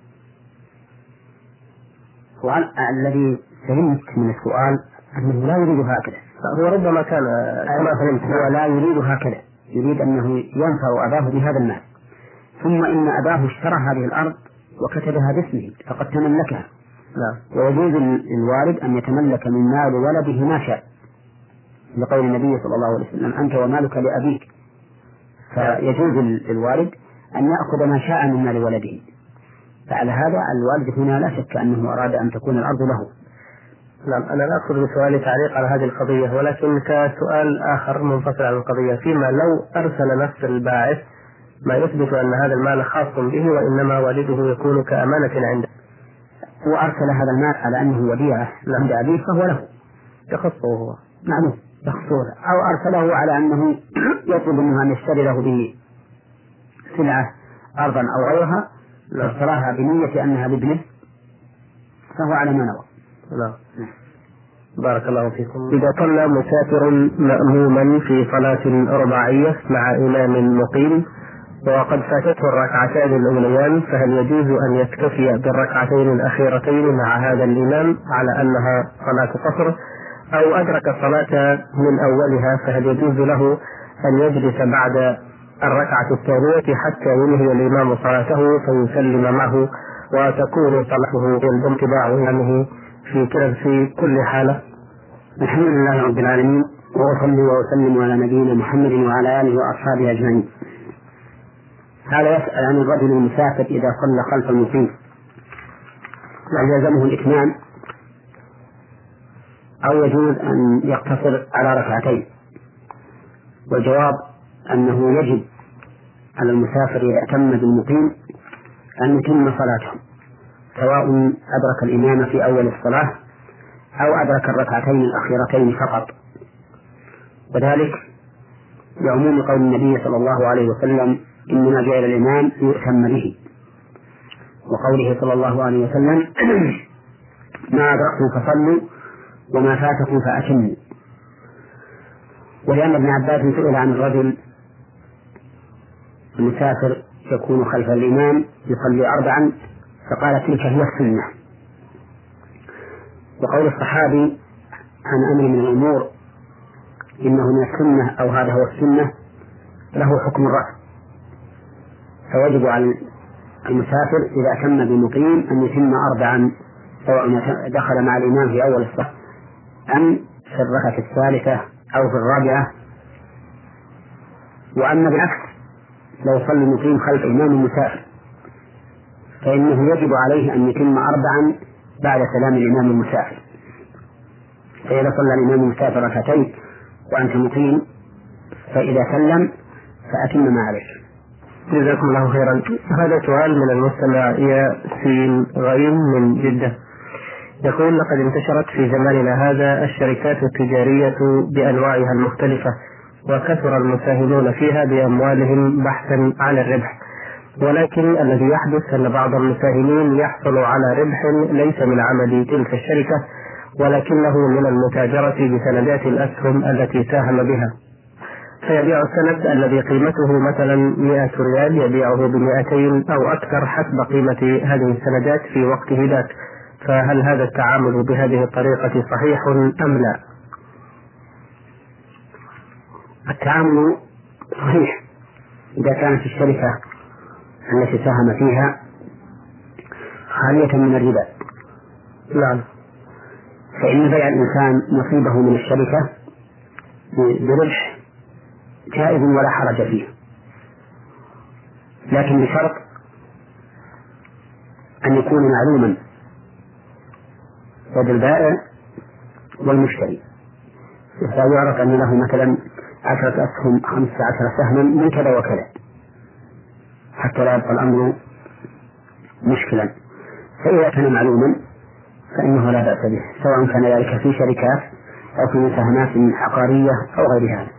الذي فهمت من السؤال أنه لا يريد هكذا، هو ربما كان كما فهمت هو لا يريد هكذا، يريد أنه ينفع أباه بهذا المال، ثم إن أباه اشترى هذه الأرض وكتبها باسمه فقد تملكها. لا. ويجوز للوالد أن يتملك من مال ولده ما شاء، لقول النبي صلى الله عليه وسلم أنت ومالك لأبيك، فيجوز للوالد أن يأخذ ما شاء من مال ولده. فعلى هذا الوالد هنا لا شك أنه أراد أن تكون الأرض له. نعم، أنا لا أخذ بسؤالي تعليق على هذه القضية، ولكن كسؤال آخر منفصل عن القضية، فيما لو أرسل نفس الباعث ما يثبت أن هذا المال خاص به وإنما والده يكون كأمانة عنده، وأرسل هذا المال على أنه وديعة عند أبيه فهو له، يخصه هو. نعم يخصه، أو أرسله على أنه يطلب منه أن يشتري له به سلعة أرضا أو غيرها فاشتراها بنية أنها لابنه فهو على ما نوى. لا. بارك الله فيكم. إذا صلى مسافر مأموما في صلاة رباعية مع إمام مقيم وقد فاتته الركعتان الأوليان، فهل يجوز أن يكتفي بالركعتين الأخيرتين مع هذا الإمام على أنها صلاة قصر، أو أدرك الصلاة من أولها فهل يجوز له أن يجلس بعد الركعة الثانية حتى ينهي الإمام صلاته فيسلم معه وتكون صلاته يلزم اتباع إمامه في كل في كل حالة؟ الحمد لله رب العالمين، وأصلي وأسلم على نبينا محمد وعلى آله وأصحابه أجمعين. هذا يسأل عن الرجل المسافر إذا صلى خلف المقيم هل يلزمه الإتمام أو يجوز أن يقتصر على ركعتين؟ والجواب أنه يجب على المسافر إذا أتم بالمقيم أن يتم صلاته، سواء أدرك الإمام في أول الصلاة أو أدرك الركعتين الأخيرتين فقط، وذلك لعموم قول النبي صلى الله عليه وسلم إنما جعل الإمام يؤتم به، وقوله صلى الله عليه وسلم ما أدركتم فصلوا وما فاتكم فأتموا. ولأن ابن عباس سئل عن الرجل المسافر يكون خلف الإمام يصلي أربعا فقال تلك هي السنة. وقول الصحابي عن أمر من الأمور إنه من السنة أو هذا هو السنة له حكم الرأس، فوجب على المسافر إذا أتم بمقيم أن يتم أربعا سواء دخل مع الإمام في أول الصف أم في الركعة الثالثة أو في الرابعة. وأما بالعكس لو صلى المقيم خلف إمام المسافر فإنه يجب عليه أن يتم أربعا بعد سلام الإمام المسافر، فإذا صلى الإمام المسافر ركعتين وأنت مقيم فإذا سلم فأتم ما عليك. جزاكم الله خيرا. هذا سؤال من المستمع ياسين غيم من جدة، يقول لقد انتشرت في زماننا هذا الشركات التجارية بأنواعها المختلفة وكثر المساهمون فيها بأموالهم بحثا عن الربح، ولكن الذي يحدث أن بعض المساهمين يحصل على ربح ليس من عمل تلك الشركة ولكنه من المتاجرة بسندات الأسهم التي ساهم بها، فيبيع السند الذي قيمته مثلا مئة ريال يبيعه بمئتين أو أكثر حسب قيمة هذه السندات في وقته ذاك، فهل هذا التعامل بهذه الطريقة صحيح أم لا؟ التعامل صحيح إذا كانت الشركة التي ساهم فيها خالية من الربا. نعم. فإن بيع الإنسان نصيبه من الشركة بربح جائز ولا حرج فيه، لكن بشرط أن يكون معلوما لدى البائع والمشتري، فيعرف أن له مثلا عشرة أسهم خمسة عشر سهما من كذا وكذا حتى لا يبقى الأمر مشكلا. فإذا كان معلوما فإنه لا بأس به، سواء كان ذلك في شركات أو في مساهمات عقارية أو غير هذا.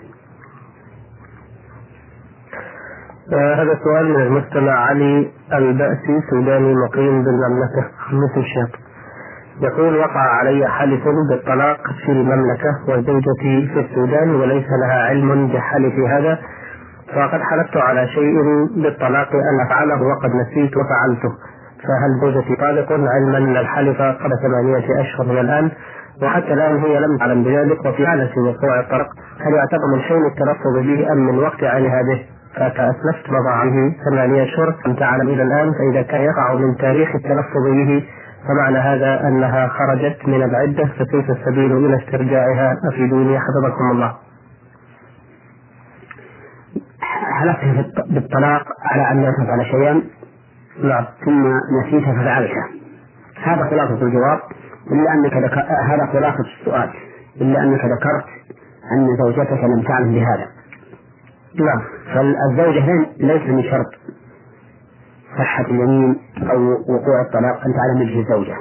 آه هذا سؤال من المستمع علي البأسي، سوداني مقيم بالمملكة مثل الشيخ. يقول: وقع علي حلف بالطلاق في المملكة وزوجتي في السودان وليس لها علم بحلف هذا، فقد حلفت على شيء بالطلاق أن أفعله وقد نسيت وفعلته، فهل زوجتي طالق علما أن الحلف قبل ثمانية أشهر من الآن وحتى الآن هي لم تعلم بذلك؟ وفي حالة وقوع الطلاق هل يعتبر من حين التلفظ به أم من وقت عليها به؟ فأسلفت مضى عنه ثمانية أشهر لم تعلم إلى الآن، فإذا كان يقع من تاريخ التلفظ به فمعنى هذا أنها خرجت من العدة، فكيف السبيل إلى استرجاعها؟ أفيدوني حفظكم الله. حلفت بالطلاق على أن لا تفعل شيئا نعم ثم نسيت ففعلته، هذا خلاصة الجواب، إلا أنك ذكر... هذا خلاصة السؤال، إلا أنك ذكرت أن زوجتك لم تعلم بهذا. نعم. فالزوجة ليس من شرط صحة اليمين أو وقوع الطلاق أن تعلم به الزوجة،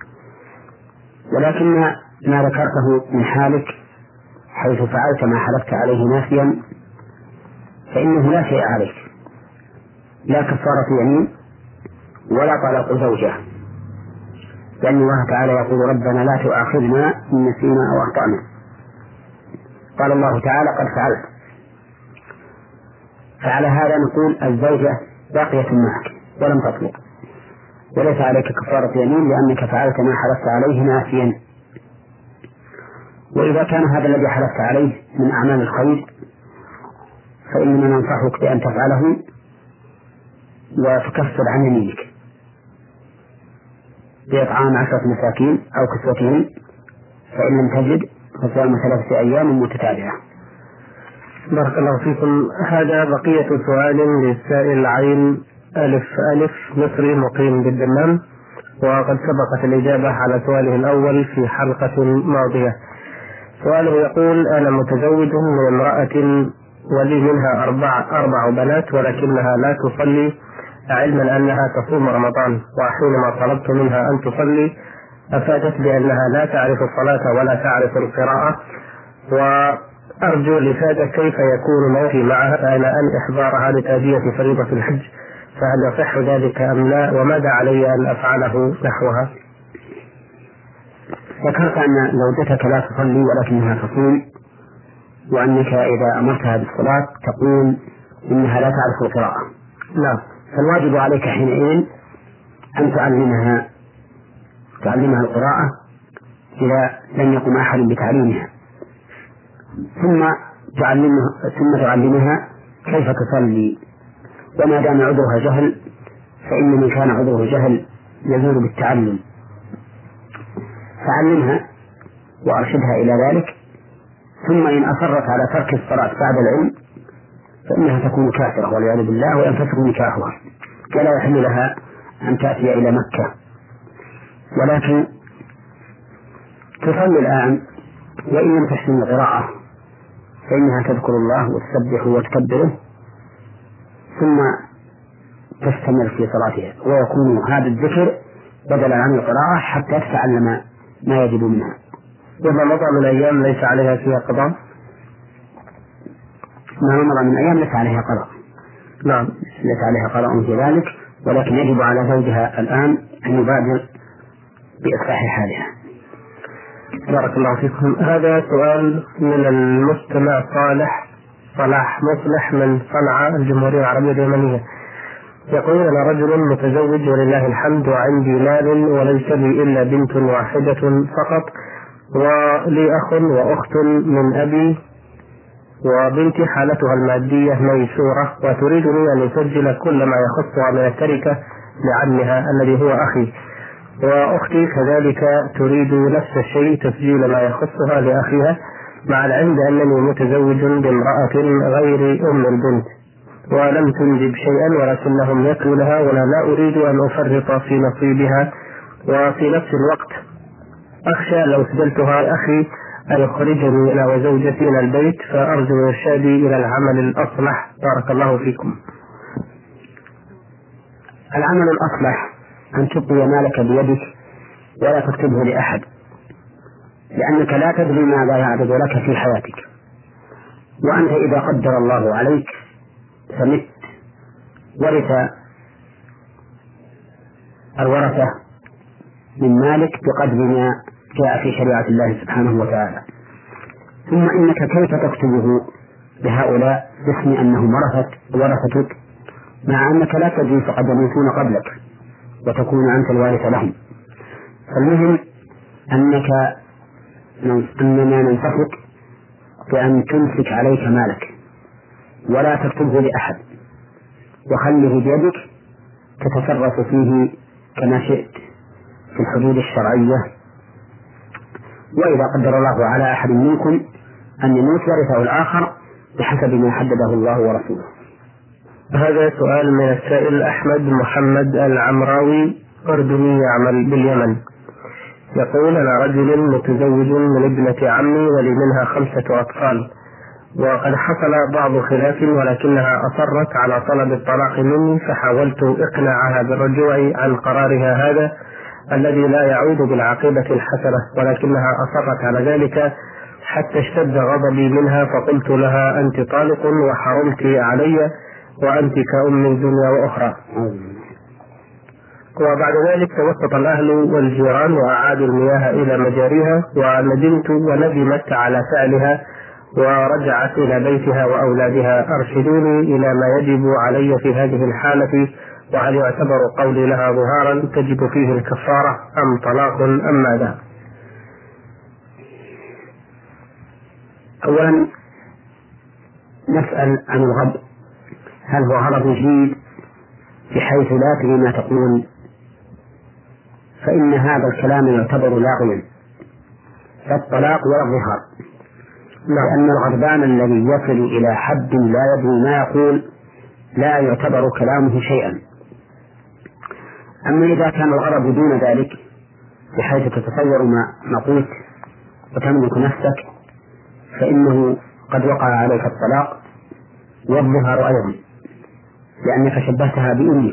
ولكن ما ذكرته من حالك حيث فعلت ما حلفت عليه ناسيا فإنه لا شيء عليك، لا كفارة يمين ولا طلاق زوجة، لأن الله تعالى يقول: ربنا لا تؤاخذنا إن نسينا أو أخطأنا. قال الله تعالى: قد فعلت. فعلى هذا نقول الزوجة باقية معك ولم تطلق، وليس عليك كفارة يمين لأنك فعلت ما حلفت عليه ناسيا. وإذا كان هذا الذي حلفت عليه من أعمال الخير فإننا ننصحك بأن تفعله وتكفر عن يمينك بإطعام عشرة مساكين أو كسوتهم، فإن لم تجد فصيام ثلاثة أيام متتابعة. بارك الله فيكم. هذا بقية سؤال للسائل عين ألف ألف مصري مقيم بالدمام، وقد سبقت الإجابة على سؤاله الأول في حلقة ماضية. سؤاله يقول: أنا متزوج من امرأة ولي منها أربع, أربع بنات ولكنها لا تصلي، علما أنها تصوم رمضان، وحينما طلبت منها أن تصلي أفادت بأنها لا تعرف الصلاة ولا تعرف القراءة، وأرجو الإفادة كيف يكون موقفي معها، فأنا أن إحضارها لتأدية فريضة الحج، فهل يصح ذلك أم لا؟ وماذا علي أن أفعله نحوها؟ ذكرت أن زوجتك لا تصلي ولكنها تصوم، وأنك إذا أمرتها بالصلاة تقول إنها لا تعرف القراءة. لا. فالواجب عليك حينئذ أن تعلمها تعلمها القراءة إذا لم يقم أحد بتعليمها، ثم تعلمها ثم تعلمها كيف تصلي. وما دام عذرها جهل فإن من كان عذره جهل يزول بالتعلم، فعلمها وأرشدها إلى ذلك، ثم إن أصرت على ترك الصلاة بعد العلم فإنها تكون كافرة والعياذ بالله وينفسخ نكاحها، ولا يحل لها أن تأتي إلى مكة، ولكن تصلي الآن وإن لم تحسن القراءة فإنها تذكر الله وتسبح وتكبره ثم تستمر في صلاتها، ويكون هذا الذكر بدلا عن القراءة حتى تتعلم ما يجب منها. وما مضى من أيام ليس عليها فيها قضاء؟ ما مضى من أيام ليس عليها قضاء. نعم، ليس عليها قضاء في ذلك، ولكن يجب على زوجها الآن أن يبادر بإصلاح حالها. بارك الله فيكم. هذا سؤال من المستمع صالح صلاح مصلح من صنعاء الجمهورية العربية اليمنية. يقول: أنا رجل متزوج ولله الحمد وعندي مال وليس لي إلا بنت واحدة فقط، ولي أخ وأخت من أبي وبنتي حالتها المادية ميسورة وتريدني أن أسجل كل ما يخصها من التركة لعمها الذي هو أخي، وأختي كذلك تريد نفس الشيء تسجيل ما يخصها لأخيها، مع العلم بأنني متزوج بامرأة غير أم البنت ولم تنجب شيئا ولكنهم يكلونها ولا لا أريد أن أفرط في نصيبها، وفي نفس الوقت أخشى لو سجلتها لأخي أن يخرجني أنا وزوجتي من البيت، فأرجو إرشادي إلى العمل الأصلح. بارك الله فيكم. العمل الأصلح أن تبقي مالك بيدك ولا تكتبه لأحد، لأنك لا تدري ماذا يعرض لك في حياتك، وأنت إذا قدر الله عليك فمت ورث الورثة من مالك بقدر ما جاء في شريعة الله سبحانه وتعالى. ثم إنك كيف تكتبه لهؤلاء باسم أنهم ورثتك مع أنك لا تدري فقد يموتون قبلك وتكون أنت الوارث لهم. فالمهم أنك أننا ننصحك بأن تمسك عليك مالك ولا تكتبه لأحد، وخله بيدك تتصرف فيه كما شئت في الحدود الشرعية. وإذا قدر الله على أحد منكم أن يموت ورثه الآخر بحسب ما حدده الله ورسوله. هذا سؤال من السائل أحمد محمد العمراوي أردني يعمل باليمن، يقول: أنا رجل متزوج من ابنة عمي ولي منها خمسة أطفال، وقد حصل بعض خلاف ولكنها أصرت على طلب الطلاق مني، فحاولت إقناعها بالرجوع عن قرارها هذا الذي لا يعود بالعاقبة الحسنة، ولكنها أصرت على ذلك حتى اشتد غضبي منها، فقلت لها: أنت طالق وحرمت علي وأنت كأم الدنيا وأخرى. وبعد ذلك توسط الأهل والجيران وأعادوا المياه إلى مجاريها، وندمت وندمت على فعلها ورجعت إلى بيتها وأولادها. أرشدوني إلى ما يجب علي في هذه الحالة، وهل يعتبر قولي لها ظهارا تجب فيه الكفارة أم طلاق أم ماذا؟ أولا نسأل عن الغضب، هل هو غضب جيد بحيث لا تدري ما تقول؟ فإن هذا الكلام يعتبر لاغيا، فالطلاق ولا الظهار، لأن الغضبان الذي يصل إلى حد لا يدري ما يقول لا يعتبر كلامه شيئا. أما إذا كان الغضب دون ذلك بحيث تتصور ما قلت وتملك نفسك، فإنه قد وقع عليك الطلاق والظهار أيضا، لأنك شبهتها بأمك،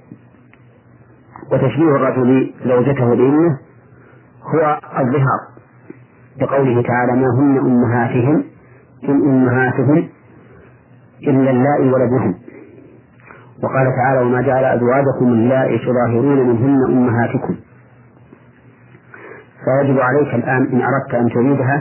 وتشبيه الرجل زوجته بأمه هو الظهار، بقوله تعالى: ما هن أمهاتهم إن أمهاتهم إلا اللائي ولدهم. وقال تعالى: وما جعل أزواجكم اللائي تظاهرون منهن أمهاتكم. فيجب عليك الآن إن أردت أن تريدها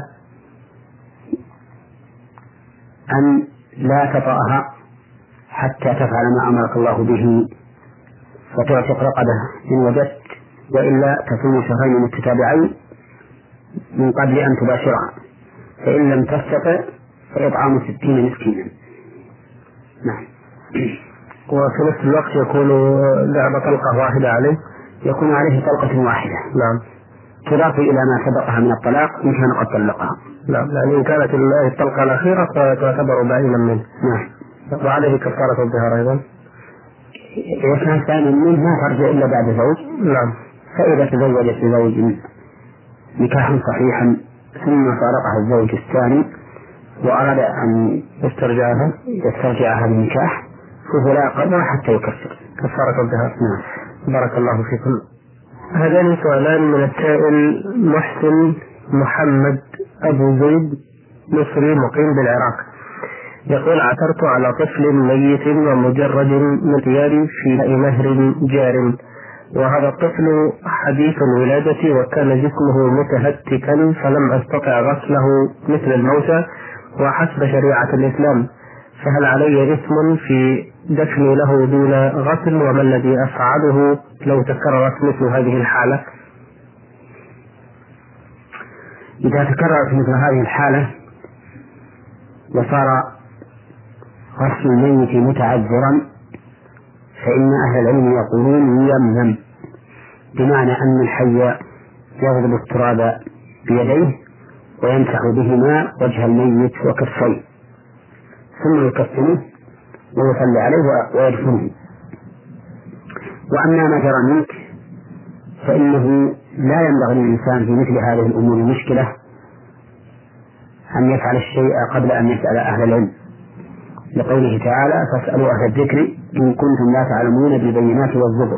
أن لا تطأها حتى تفعل ما أمرك الله به، فتعتق رقبة إن وجدت، وإلا تصوم شهرين متتابعين من قبل أن تباشرها، فإن لم تستطع فإطعام ستين مسكينا. نعم. وفي نفس الوقت يكون لعبة طلقة واحدة عليه، يكون عليه طلقة واحدة. نعم. تضاف إلى ما سبقها من الطلاق إن كان قد طلقها. نعم، لأن إن كانت الطلقة الأخيرة فتعتبر بعيدا منه. نعم. وعليه كفارة الظهار أيضا. إذا كان ثاني منه ما ترجع إلا بعد زوج. نعم. فإذا تزوجت بزوج نكاحا صحيحا ثم فارقها الزوج الثاني وأراد أن يسترجعها يسترجعها بالنكاح، فهو لا قدر حتى يكفر كفارة الظهار. نعم. بارك الله فيكم. هذان سؤالان من السائل محسن محمد أبو زيد مصري مقيم بالعراق، يقول: عثرت على طفل ميت ومجرد من ثيابي في ماء نهر جار، وهذا الطفل حديث الولادة وكان جسمه متهتكا فلم أستطع غسله مثل الموتى وحسب شريعة الإسلام، فهل علي إثم في دفني له دون غسل؟ وما الذي أفعله لو تكررت مثل هذه الحالة؟ إذا تكررت مثل هذه الحالة وصار غسل الميت متعذرا فإن أهل العلم يقولون يمنم، بمعنى أن الحي يغضب التراب بيديه ويمسح بهما وجه الميت وكفيه ثم يكفنه ويصلي عليه ويدفنه. وأما ما جرى منك فإنه لا ينبغي للإنسان في مثل هذه الأمور المشكلة أن يفعل الشيء قبل أن يسأل أهل العلم، لقوله تعالى فاسألوا أهل الذكر إن كنتم لا تعلمون بالبينات والزبر.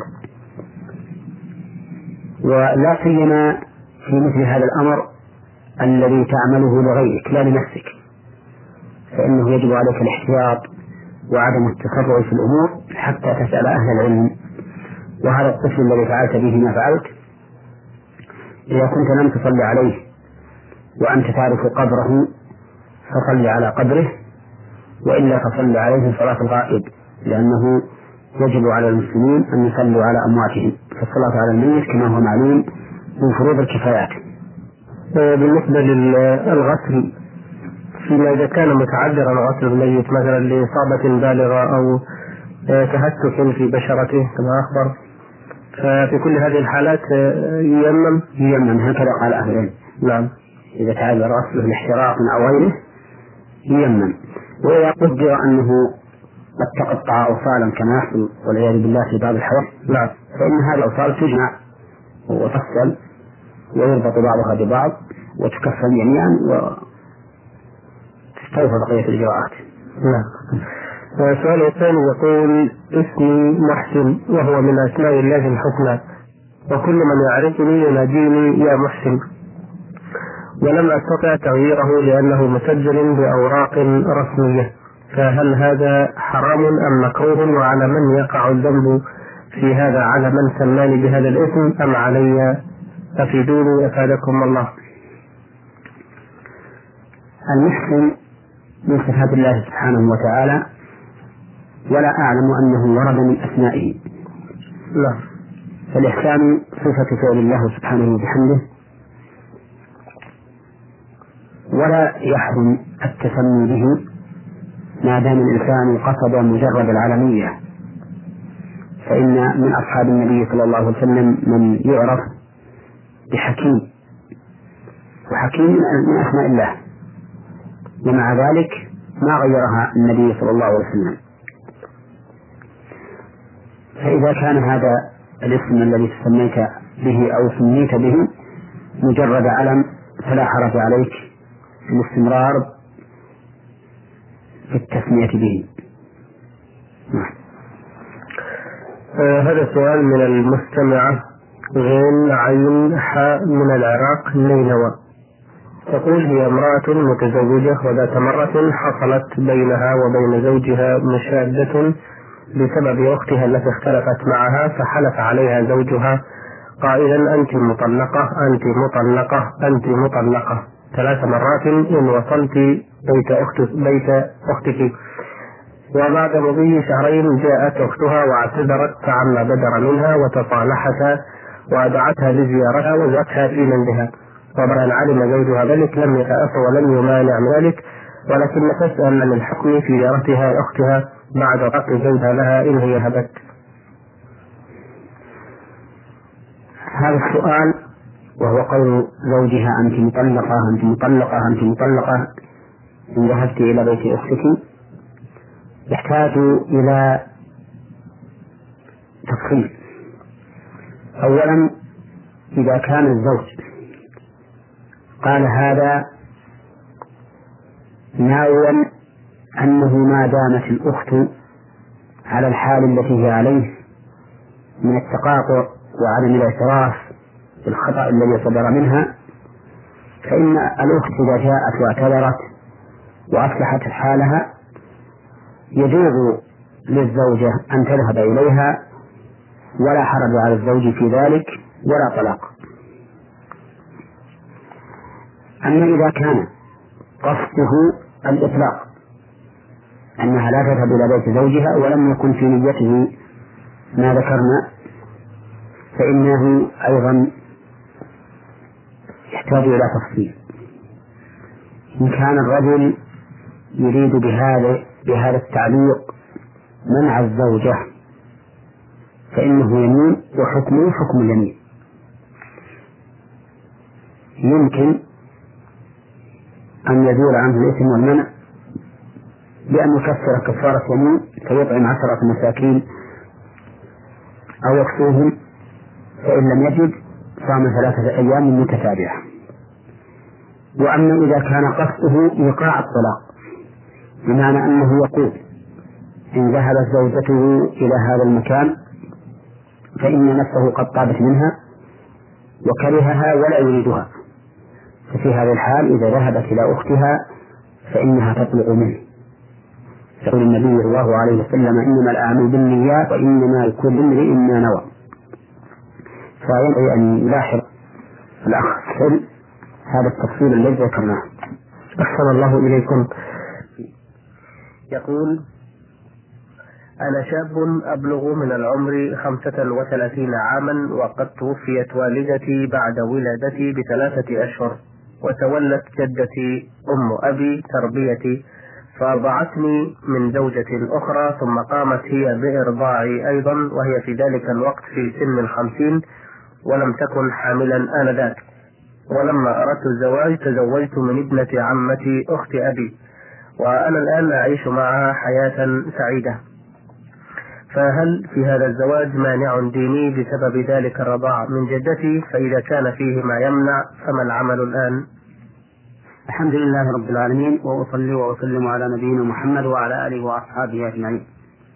ولا سيما في مثل هذا الأمر الذي تعمله لغيرك لا لنفسك، فإنه يجب عليك الاحتياط وعدم التسرع في الأمور حتى تسأل أهل العلم. وهذا الطفل الذي فعلت به ما فعلت، إذا كنت لم تصلي عليه وأنت تعرف قبره فصل على قبره، وإلا فصل عليه صلاة الغائب، لأنه يجب على المسلمين أن يصلوا على أمواتهم، فالصلاة على الميت كما هو معلوم من فروض الكفايات. بالنسبة للغسل فيما إذا كان متعذرا غسل الميت مثلا لإصابة بالغة أو تهتك في بشرته كما أخبر، ففي كل هذه الحالات ييمم ييمم هكذا قال أهل العلم. نعم، إذا تعذر غسله الاحتراق أو غيره ييمم. وإذا قدر أنه قد تقطع أوصالا كما يحصل والعياذ بالله في بعض الحوادث، نعم، فإن هذه الأوصال تجمع وتفصل ويربط بعضها ببعض وتكفل جميعا وتستوفى بقية الإجراءات. نعم. السؤال الثاني يقول اسمي محسن وهو من أسماء الله الحسنى، وكل من يعرفني يناديني يا محسن، ولم أستطع تغييره لأنه مسجل بأوراق رسمية، فهل هذا حرام أم مكروه؟ وعلى من يقع الذنب في هذا، على من سماني بهذا الاسم أم علي؟ أفيدوني أفادكم الله. المحسن من صفات الله سبحانه وتعالى، ولا أعلم أنه ورد من أسمائه. لا، فالإحسان صفة فعل الله سبحانه وبحمده، ولا يحرم التسمي به ما دام الإنسان قصد مجرد العالمية، فإن من أصحاب النبي صلى الله عليه وسلم من يعرف بحكيم، وحكيم من أسماء الله، ومع ذلك ما غيرها النبي صلى الله عليه وسلم. فإذا كان هذا الاسم الذي سميت به أو سميت به مجرد علم فلا حرج عليك في الاستمرار في التسمية به. آه هذا سؤال من المستمعة غين عين حاء من العراق نينوى، تقول هي امرأة متزوجة وذات مرة حصلت بينها وبين زوجها مشادة بسبب أختها التي اختلفت معها، فحلف عليها زوجها قائلا أنت مطلقة أنت مطلقة أنت مطلقة ثلاث مرات إن وصلت بيت أخت بيت أختك. وبعد مضي شهرين جاءت أختها واعتذرت عما بدر منها وتصالحتا وأدعتها لزيارتها وزارتها في منزلها، وبعد علم زوجها ذلك لم يتأس ولم يمانع من ذلك، ولكن تسأل عن الحكم في زيارتها أختها بعد قتل زوجها لها إن هي هبت. هذا السؤال وهو قول زوجها أنت مطلقة أنت مطلقة أنت مطلقة إن ذهبت إلى بيت أختك يحتاج إلى تفصيل. أولا، إذا كان الزوج قال هذا ناويا أنه ما دامت الأخت على الحال التي هي عليه من التقاطع وعدم الاعتراف بالخطأ الذي صدر منها، فإن الأخت إذا جاءت واعتذرت وأصلحت حالها يجوز للزوجة أن تذهب إليها ولا حرج على الزوج في ذلك ولا طلاق. أما إذا كان قصده الإطلاق أنها لا تذهب إلى بيت زوجها ولم يكن في نيته ما ذكرنا، فإنه أيضا يحتاج إلى تفصيل. إن كان الرجل يريد بهذا بهذا التعليق منع الزوجة فإنه يمين وحكمه حكم اليمين. يمكن أن يزول عنه الإثم والمنع بأن يكفر كفارة يمين فيطعم عشرة مساكين أو يكسوهم، فإن لم يجد صام ثلاثة أيام متتابعة. وأما إذا كان قصده إيقاع الطلاق بمعنى أنه يقول إن ذهبت زوجته إلى هذا المكان فإن نفسه قد طابت منها وكرهها ولا يريدها، ففي هذا الحال إذا ذهبت إلى أختها فإنها تطلق منه. يقول النبي صلى الله عليه وسلم إنما الأعمال بالنيات وإنما لكل امرئ ما نوى. فينبغي أن يلاحظ الأخ هذا التفصيل الذي ذكرناه. أحسن الله إليكم. يقول: أنا شاب أبلغ من العمر خمسة وثلاثين عاما، وقد توفيت والدتي بعد ولادتي بثلاثة أشهر، وتولت جدتي أم أبي تربيتي فأرضعتني من زوجة أخرى، ثم قامت هي بإرضاعي أيضا وهي في ذلك الوقت في سن الخمسين ولم تكن حاملا آنذاك. ولما أردت الزواج تزوجت من ابنة عمتي أخت أبي، وأنا الآن أعيش معها حياة سعيدة. فهل في هذا الزواج مانع ديني بسبب ذلك الرضاع من جدتي؟ فإذا كان فيه ما يمنع فما العمل الآن؟ الحمد لله رب العالمين، وأصلي وأسلم على نبينا محمد وعلى آله وأصحابه أجمعين.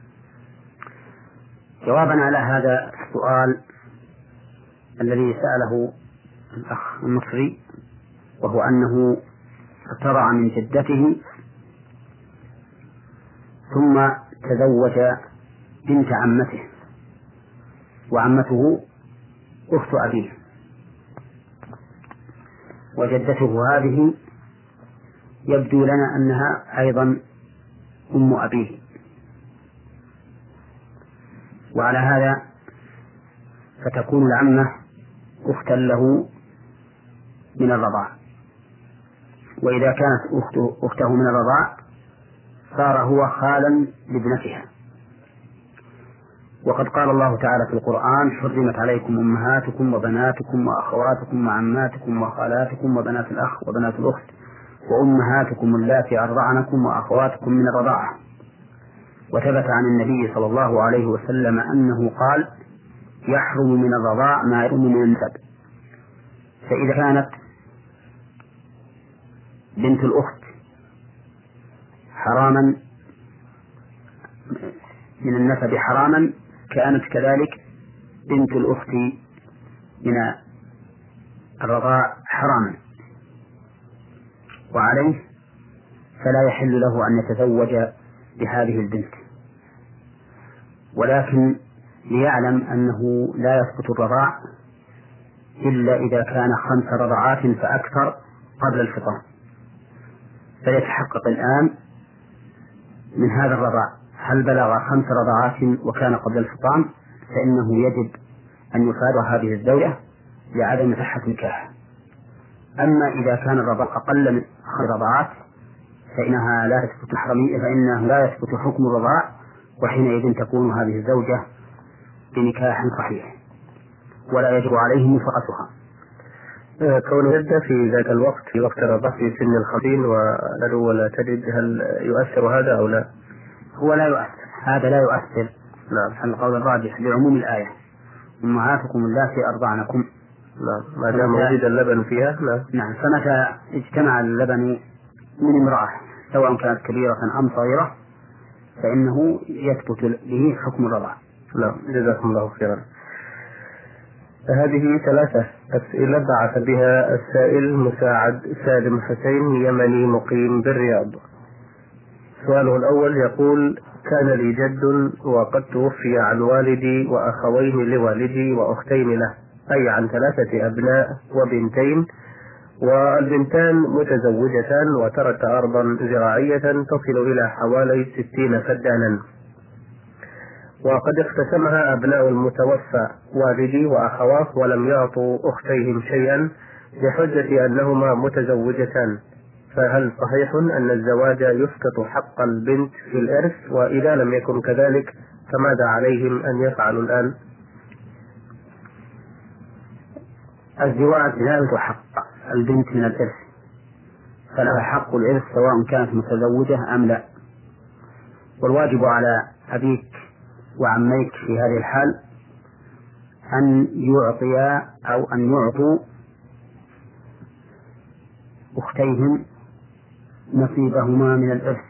جوابا على هذا السؤال الذي سأله الأخ المصري، وهو أنه ارتضع من جدته ثم تزوج بنت عمته، وعمته أخت أبيه، وجدته هذه يبدو لنا أنها أيضا أم أبيه، وعلى هذا فتكون العمة أختا له من الرضاع، وإذا كانت أخته, أخته من الرضاع صار هو خالا لابنتها. وقد قال الله تعالى في القرآن: حرمت عليكم أمهاتكم وبناتكم وأخواتكم وعماتكم وخالاتكم وبنات الأخ وبنات الأخت وأمهاتكم اللاتي أرضعنكم وأخواتكم من الرضاعة. وثبت عن النبي صلى الله عليه وسلم أنه قال: يحرم من الرضاع ما يحرم من النسب. فإذا كانت بنت الأخت حراما من النسب حراما، كانت كذلك بنت الأخت من الرضاع حراما، وعليه فلا يحل له أن يتزوج بهذه البنت. ولكن ليعلم أنه لا يسقط الرضاع إلا إذا كان خمس رضعات فأكثر قبل الفطام، فيتحقق الآن من هذا الرضاع هل بلغ خمس رضعات وكان قبل الفطام، فإنه يجب أن يفارق هذه الزوجة لعدم صحة نكاح. أما إذا كان الرضاع أقل من خمس رضعات فإنها لا تثبت حرمية، فإنه لا يثبت حكم الرضاع، وحينئذ تكون هذه الزوجة بنكاح صحيح ولا يجب عليه مفارقتها. كون جدة في ذاك الوقت في وقت الرضاع في سن الخمسين ولا تجد، هل يؤثر هذا أو لا؟ هو لا يؤثر، هذا لا يؤثر. نعم. القول الراجح لعموم الآية: أمهاتكم اللاتي أرضعنكم. نعم. ما دام وجد اللبن فيها. نعم. نعم. فمتى اجتمع اللبن من امرأة سواء كانت كبيرة أم صغيرة فإنه يثبت به حكم الرضاع. نعم. جزاكم الله خيرا. هذه ثلاثة أسئلة بعث بها السائل مساعد سالم حسين يمني مقيم بالرياض. سؤاله الأول يقول: كان لي جد وقد توفي عن والدي وأخوين لوالدي وأختين له، أي عن ثلاثة أبناء وبنتين، والبنتان متزوجتان، وترك أرضا زراعية تصل إلى حوالي ستين فدانا، وقد اقتسمها أبناء المتوفى والدي وأخواه ولم يعطوا أختيهم شيئا بحجة أنهما متزوجتان، فهل صحيح أن الزواج يسقط حق البنت في الإرث؟ وإذا لم يكن كذلك فماذا عليهم أن يفعلوا الآن؟ الزواج لا يسقط حق البنت من الإرث، فلها حق الإرث سواء كانت متزوجة أم لا. والواجب على أبيك وعميك في هذه الحال أن يعطيا أو أن يعطوا أختيهم نصيبهما من الإرث،